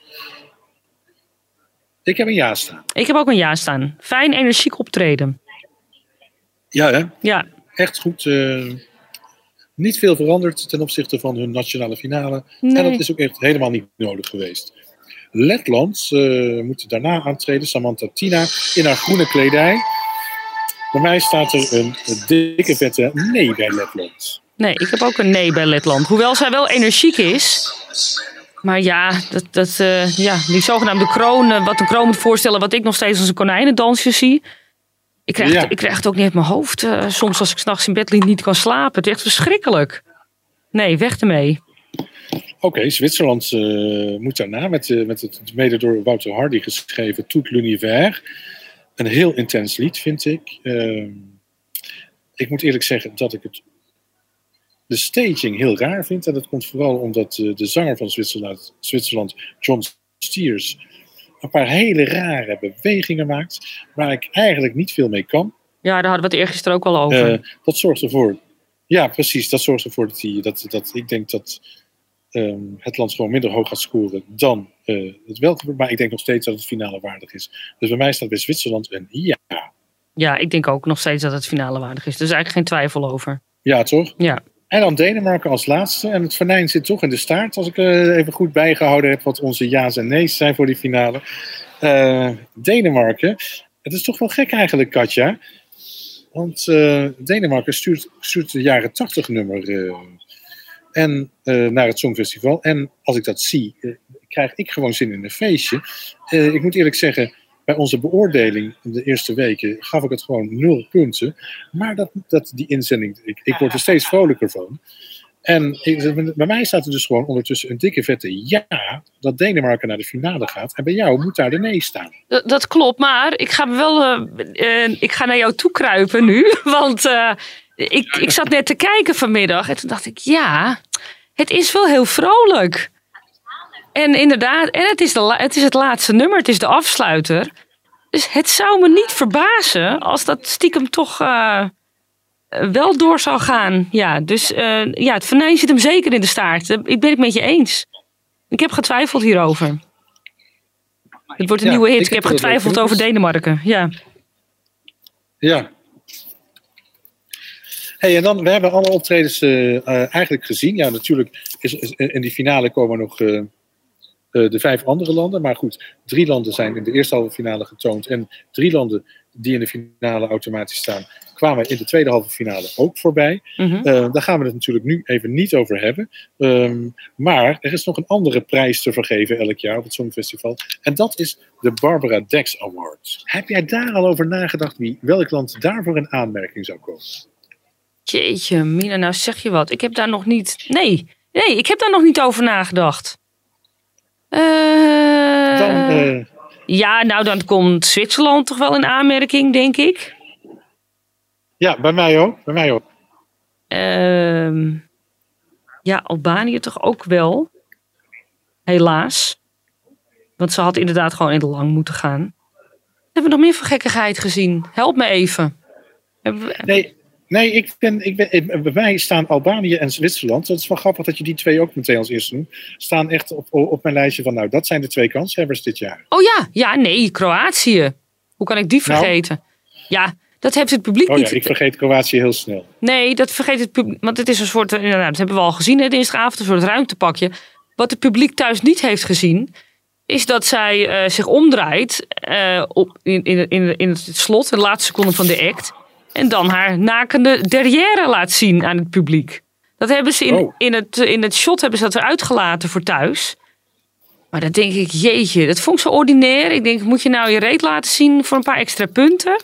Ik heb een ja staan. Ik heb ook een ja staan. Fijn, energiek optreden. Ja, hè? Ja. Echt goed. Niet veel veranderd ten opzichte van hun nationale finale. Nee. En dat is ook echt helemaal niet nodig geweest. Letland moet daarna aantreden. Samantha Tina in haar groene kledij. Bij mij staat er een dikke vette nee bij Letland. Nee, ik heb ook een nee bij Letland. Hoewel zij wel energiek is. Maar ja, die zogenaamde kroon, wat een kroon moet voorstellen, wat ik nog steeds als een konijnendansje zie. Ik krijg het ook niet uit mijn hoofd. Soms als ik 's nachts in bed niet kan slapen. Het is echt verschrikkelijk. Nee, weg ermee. Oké, Zwitserland moet daarna met het mede door Wouter Hardy geschreven Tout l'univers. een heel intens lied, vind ik. Ik moet eerlijk zeggen dat ik de staging heel raar vind. En dat komt vooral omdat de zanger van Zwitserland, John Stiers, een paar hele rare bewegingen maakt, waar ik eigenlijk niet veel mee kan. Ja, daar hadden we het eergisteren ook al over. Dat zorgt ervoor. Ja, precies. Dat zorgt ervoor dat ik denk dat het land gewoon minder hoog gaat scoren dan het wel gebeurt. Maar ik denk nog steeds dat het finale waardig is. Dus bij mij staat bij Zwitserland een ja. Ja, ik denk ook nog steeds dat het finale waardig is. Er is eigenlijk geen twijfel over. Ja, toch? Ja. En dan Denemarken als laatste. En het venijn zit toch in de staart. Als ik even goed bijgehouden heb wat onze ja's en nee's zijn voor die finale. Denemarken. Het is toch wel gek eigenlijk, Katja. Want Denemarken stuurt het jaren 80 nummer naar het Songfestival. En als ik dat zie, krijg ik gewoon zin in een feestje. Ik moet eerlijk zeggen, bij onze beoordeling de eerste weken gaf ik het gewoon 0 punten. Maar die inzending, ik word er steeds vrolijker van. En bij mij staat er dus gewoon ondertussen een dikke vette ja dat Denemarken naar de finale gaat. En bij jou moet daar de nee staan. Dat klopt, maar ik ga ik ga naar jou toe kruipen nu. Want ik zat net te kijken vanmiddag en toen dacht ik, ja, het is wel heel vrolijk. En inderdaad, en het is het laatste nummer, het is de afsluiter. Dus het zou me niet verbazen als dat stiekem toch wel door zou gaan. Ja, dus het venijn zit hem zeker in de staart. Ik ben het met je eens. Ik heb getwijfeld hierover. Het wordt een nieuwe hit. Ik heb getwijfeld over Denemarken. Ja. Ja. Hey, en dan, we hebben alle optredens eigenlijk gezien. Ja, natuurlijk in die finale komen nog de 5 andere landen. Maar goed, 3 landen zijn in de eerste halve finale getoond. En 3 landen die in de finale automatisch staan, kwamen in de tweede halve finale ook voorbij. Mm-hmm. Daar gaan we het natuurlijk nu even niet over hebben. Maar er is nog een andere prijs te vergeven elk jaar op het Songfestival. En dat is de Barbara Dex Award. Heb jij daar al over nagedacht welk land daarvoor in aanmerking zou komen? Jeetje, Mina, nou zeg je wat. Ik heb daar nog niet... Nee, ik heb daar nog niet over nagedacht. Ja, nou dan komt Zwitserland toch wel in aanmerking, denk ik. Ja, bij mij ook. Ja, Albanië toch ook wel. Helaas. Want ze had inderdaad gewoon in de lang moeten gaan. Hebben we nog meer voor gekkigheid gezien? Help me even. Nee, bij mij staan Albanië en Zwitserland. Dat is wel grappig dat je die 2 ook meteen als eerste noemt. Staan echt op mijn lijstje van, nou, dat zijn de 2 kanshebbers dit jaar. Oh ja, nee, Kroatië. Hoe kan ik die vergeten? Nou? Ja, dat heeft het publiek niet. Ja, ik vergeet Kroatië heel snel. Nee, dat vergeet het publiek. Want het is een soort, dat hebben we al gezien, hè, dinsdagavond, een soort ruimtepakje. Wat het publiek thuis niet heeft gezien, is dat zij zich omdraait in het slot, de laatste seconde van de act. En dan haar nakende derrière laat zien aan het publiek. Dat hebben ze in het shot hebben ze dat eruit gelaten voor thuis. Maar dan denk ik, jeetje, dat vond ik zo ordinair. Ik denk, moet je nou je reet laten zien voor een paar extra punten?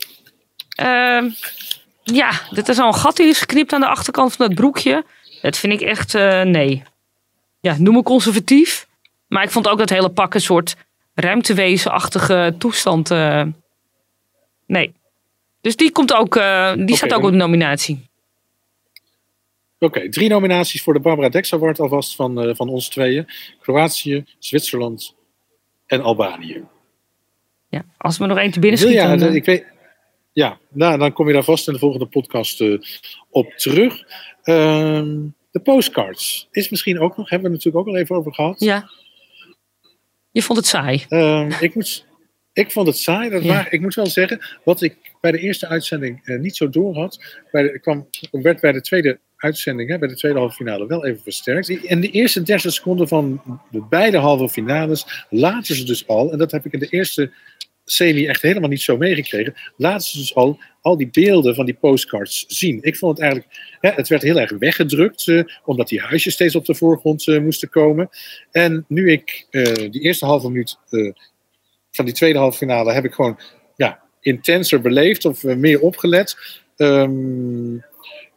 Dat er zo'n gat in is geknipt aan de achterkant van dat broekje. Dat vind ik echt, nee. Ja, noem me conservatief. Maar ik vond ook dat hele pak een soort ruimtewezenachtige toestand. Nee. Dus die komt ook, staat ook op de nominatie. Oké, 3 nominaties voor de Barbara Dex Award alvast van ons tweeën. Kroatië, Zwitserland en Albanië. Ja, als we nog één te binnen schieten. Ik weet, dan kom je daar vast in de volgende podcast op terug. De postcards is misschien ook nog, hebben we het natuurlijk ook al even over gehad. Ja. Je vond het saai. Ik vond het saai. Maar ik moet wel zeggen, wat ik bij de eerste uitzending niet zo door had, werd bij de tweede uitzending, bij de tweede halve finale, wel even versterkt. In de eerste 30 seconden van de beide halve finales laten ze dus al, en dat heb ik in de eerste semi echt helemaal niet zo meegekregen, laten ze dus al die beelden van die postcards zien. Ik vond het eigenlijk, het werd heel erg weggedrukt, omdat die huisjes steeds op de voorgrond moesten komen. En nu ik die eerste halve minuut van die tweede halve finale heb ik gewoon intenser beleefd of meer opgelet.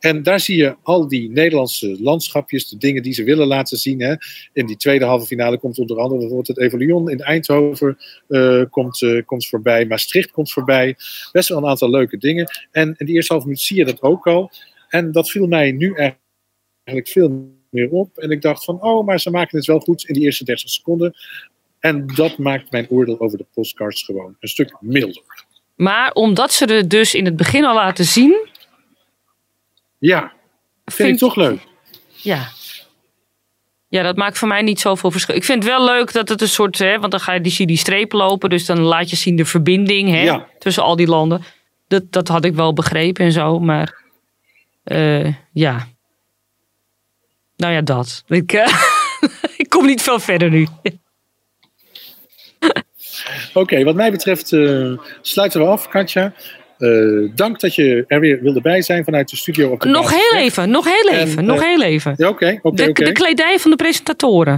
En daar zie je al die Nederlandse landschapjes, de dingen die ze willen laten zien. Hè. In die tweede halve finale komt onder andere bijvoorbeeld het Evolution in Eindhoven komt voorbij. Maastricht komt voorbij. Best wel een aantal leuke dingen. En in die eerste halve minuut zie je dat ook al. En dat viel mij nu eigenlijk veel meer op. En ik dacht van, maar ze maken het wel goed in die eerste 30 seconden. En dat maakt mijn oordeel over de postcards gewoon een stuk milder. Maar omdat ze er dus in het begin al laten zien... Ja, vind ik toch leuk. Ja. Ja, dat maakt voor mij niet zoveel verschil. Ik vind het wel leuk dat het een soort... want dan ga je die streep lopen. Dus dan laat je zien de verbinding tussen al die landen. Dat had ik wel begrepen en zo. Maar ja. Nou ja, dat. Ik kom niet veel verder nu. Oké, wat mij betreft sluiten we af, Katja. Dank dat je er weer wilde bij zijn vanuit de studio. Op de nog heel even. Ja, oké. De kledij van de presentatoren.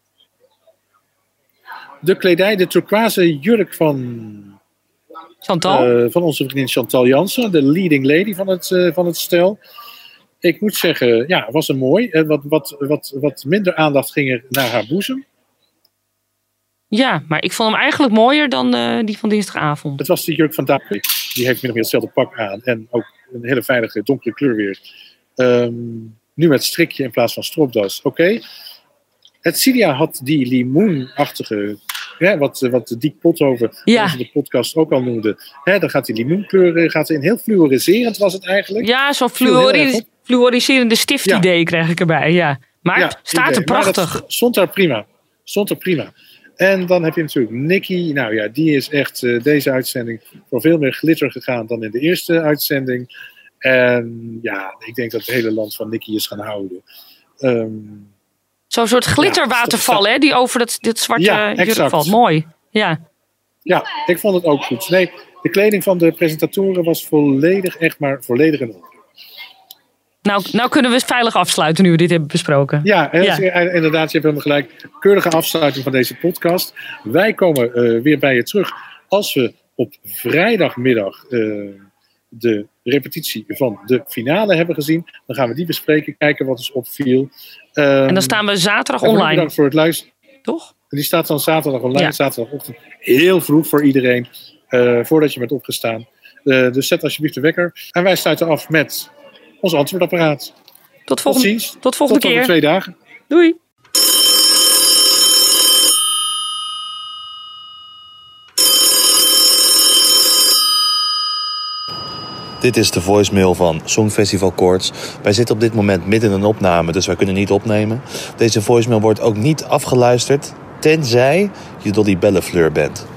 De kledij, de turquoise jurk van... Chantal? Van onze vriendin Chantal Jansen, de leading lady van het stel. Ik moet zeggen, ja, was een mooi. Wat minder aandacht ging er naar haar boezem. Ja, maar ik vond hem eigenlijk mooier dan die van dinsdagavond. Het was de jurk van David. Die heeft min of meer hetzelfde pak aan. En ook een hele veilige donkere kleur weer. Nu met strikje in plaats van stropdas. Oké. Het Cilia had die limoenachtige... wat Diek Pothoven in de podcast ook al noemde. Dan gaat die limoenkleur in. Heel fluoriserend was het eigenlijk. Ja, zo'n fluoriserende stiftidee krijg ik erbij. Ja. Maar het staat er prachtig. Maar stond daar prima. En dan heb je natuurlijk Nicky. Nou ja, die is echt deze uitzending voor veel meer glitter gegaan dan in de eerste uitzending. En ja, ik denk dat het hele land van Nicky is gaan houden. Zo'n soort glitterwaterval, hè? Die over dit zwarte jurk valt. Mooi. Ja, ik vond het ook goed. Nee, de kleding van de presentatoren was volledig in orde. Nou kunnen we veilig afsluiten nu we dit hebben besproken. Ja, inderdaad, je hebt helemaal gelijk. Keurige afsluiting van deze podcast. Wij komen weer bij je terug als we op vrijdagmiddag de repetitie van de finale hebben gezien. Dan gaan we die bespreken, kijken wat ons opviel. En dan staan we zaterdag online. Bedankt voor het luisteren. Toch? Die staat dan zaterdag online, zaterdagochtend. Heel vroeg voor iedereen, voordat je bent opgestaan. Dus zet alsjeblieft de wekker. En wij sluiten af met ons antwoordapparaat. Tot volgende keer. Tot over 2 dagen. Doei. Dit is de voicemail van Songfestival Koorts. Wij zitten op dit moment midden in een opname, dus wij kunnen niet opnemen. Deze voicemail wordt ook niet afgeluisterd, tenzij je Dolly Bellefleur bent.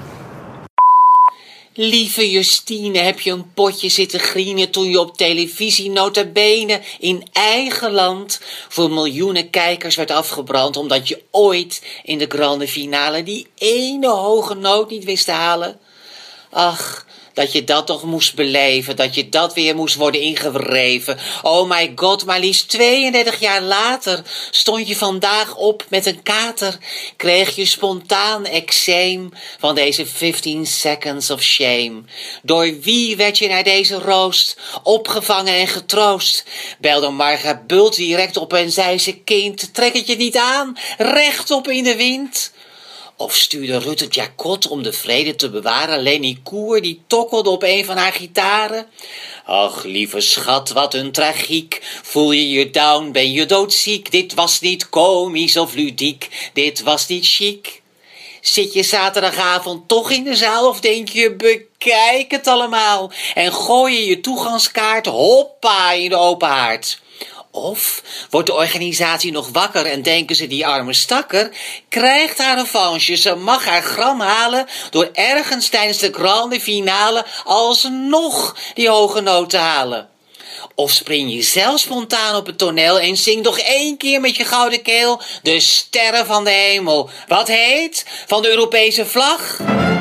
Lieve Justine, heb je een potje zitten grienen toen je op televisie nota bene in eigen land voor miljoenen kijkers werd afgebrand omdat je ooit in de grande finale die ene hoge noot niet wist te halen? Ach, dat je dat toch moest beleven, dat je dat weer moest worden ingewreven. Oh my god, maar liefst 32 jaar later stond je vandaag op met een kater. Kreeg je spontaan eczeem van deze 15 seconds of shame. Door wie werd je naar deze roost opgevangen en getroost? Belde Marga Bult direct op en zei ze: kind, trek het je niet aan, rechtop in de wind. Of stuurde Rutte Jacot om de vrede te bewaren Lenny Koer, die tokkelde op een van haar gitaren? Ach, lieve schat, wat een tragiek. Voel je je down, ben je doodziek? Dit was niet komisch of ludiek, dit was niet chic. Zit je zaterdagavond toch in de zaal of denk je, bekijk het allemaal, en gooi je je toegangskaart, hoppa, in de open haard? Of wordt de organisatie nog wakker en denken ze, die arme stakker krijgt haar revanche, ze mag haar gram halen door ergens tijdens de grande finale alsnog die hoge noot te halen? Of spring je zelf spontaan op het toneel en zing nog 1 keer met je gouden keel de sterren van de hemel, wat heet, van de Europese vlag?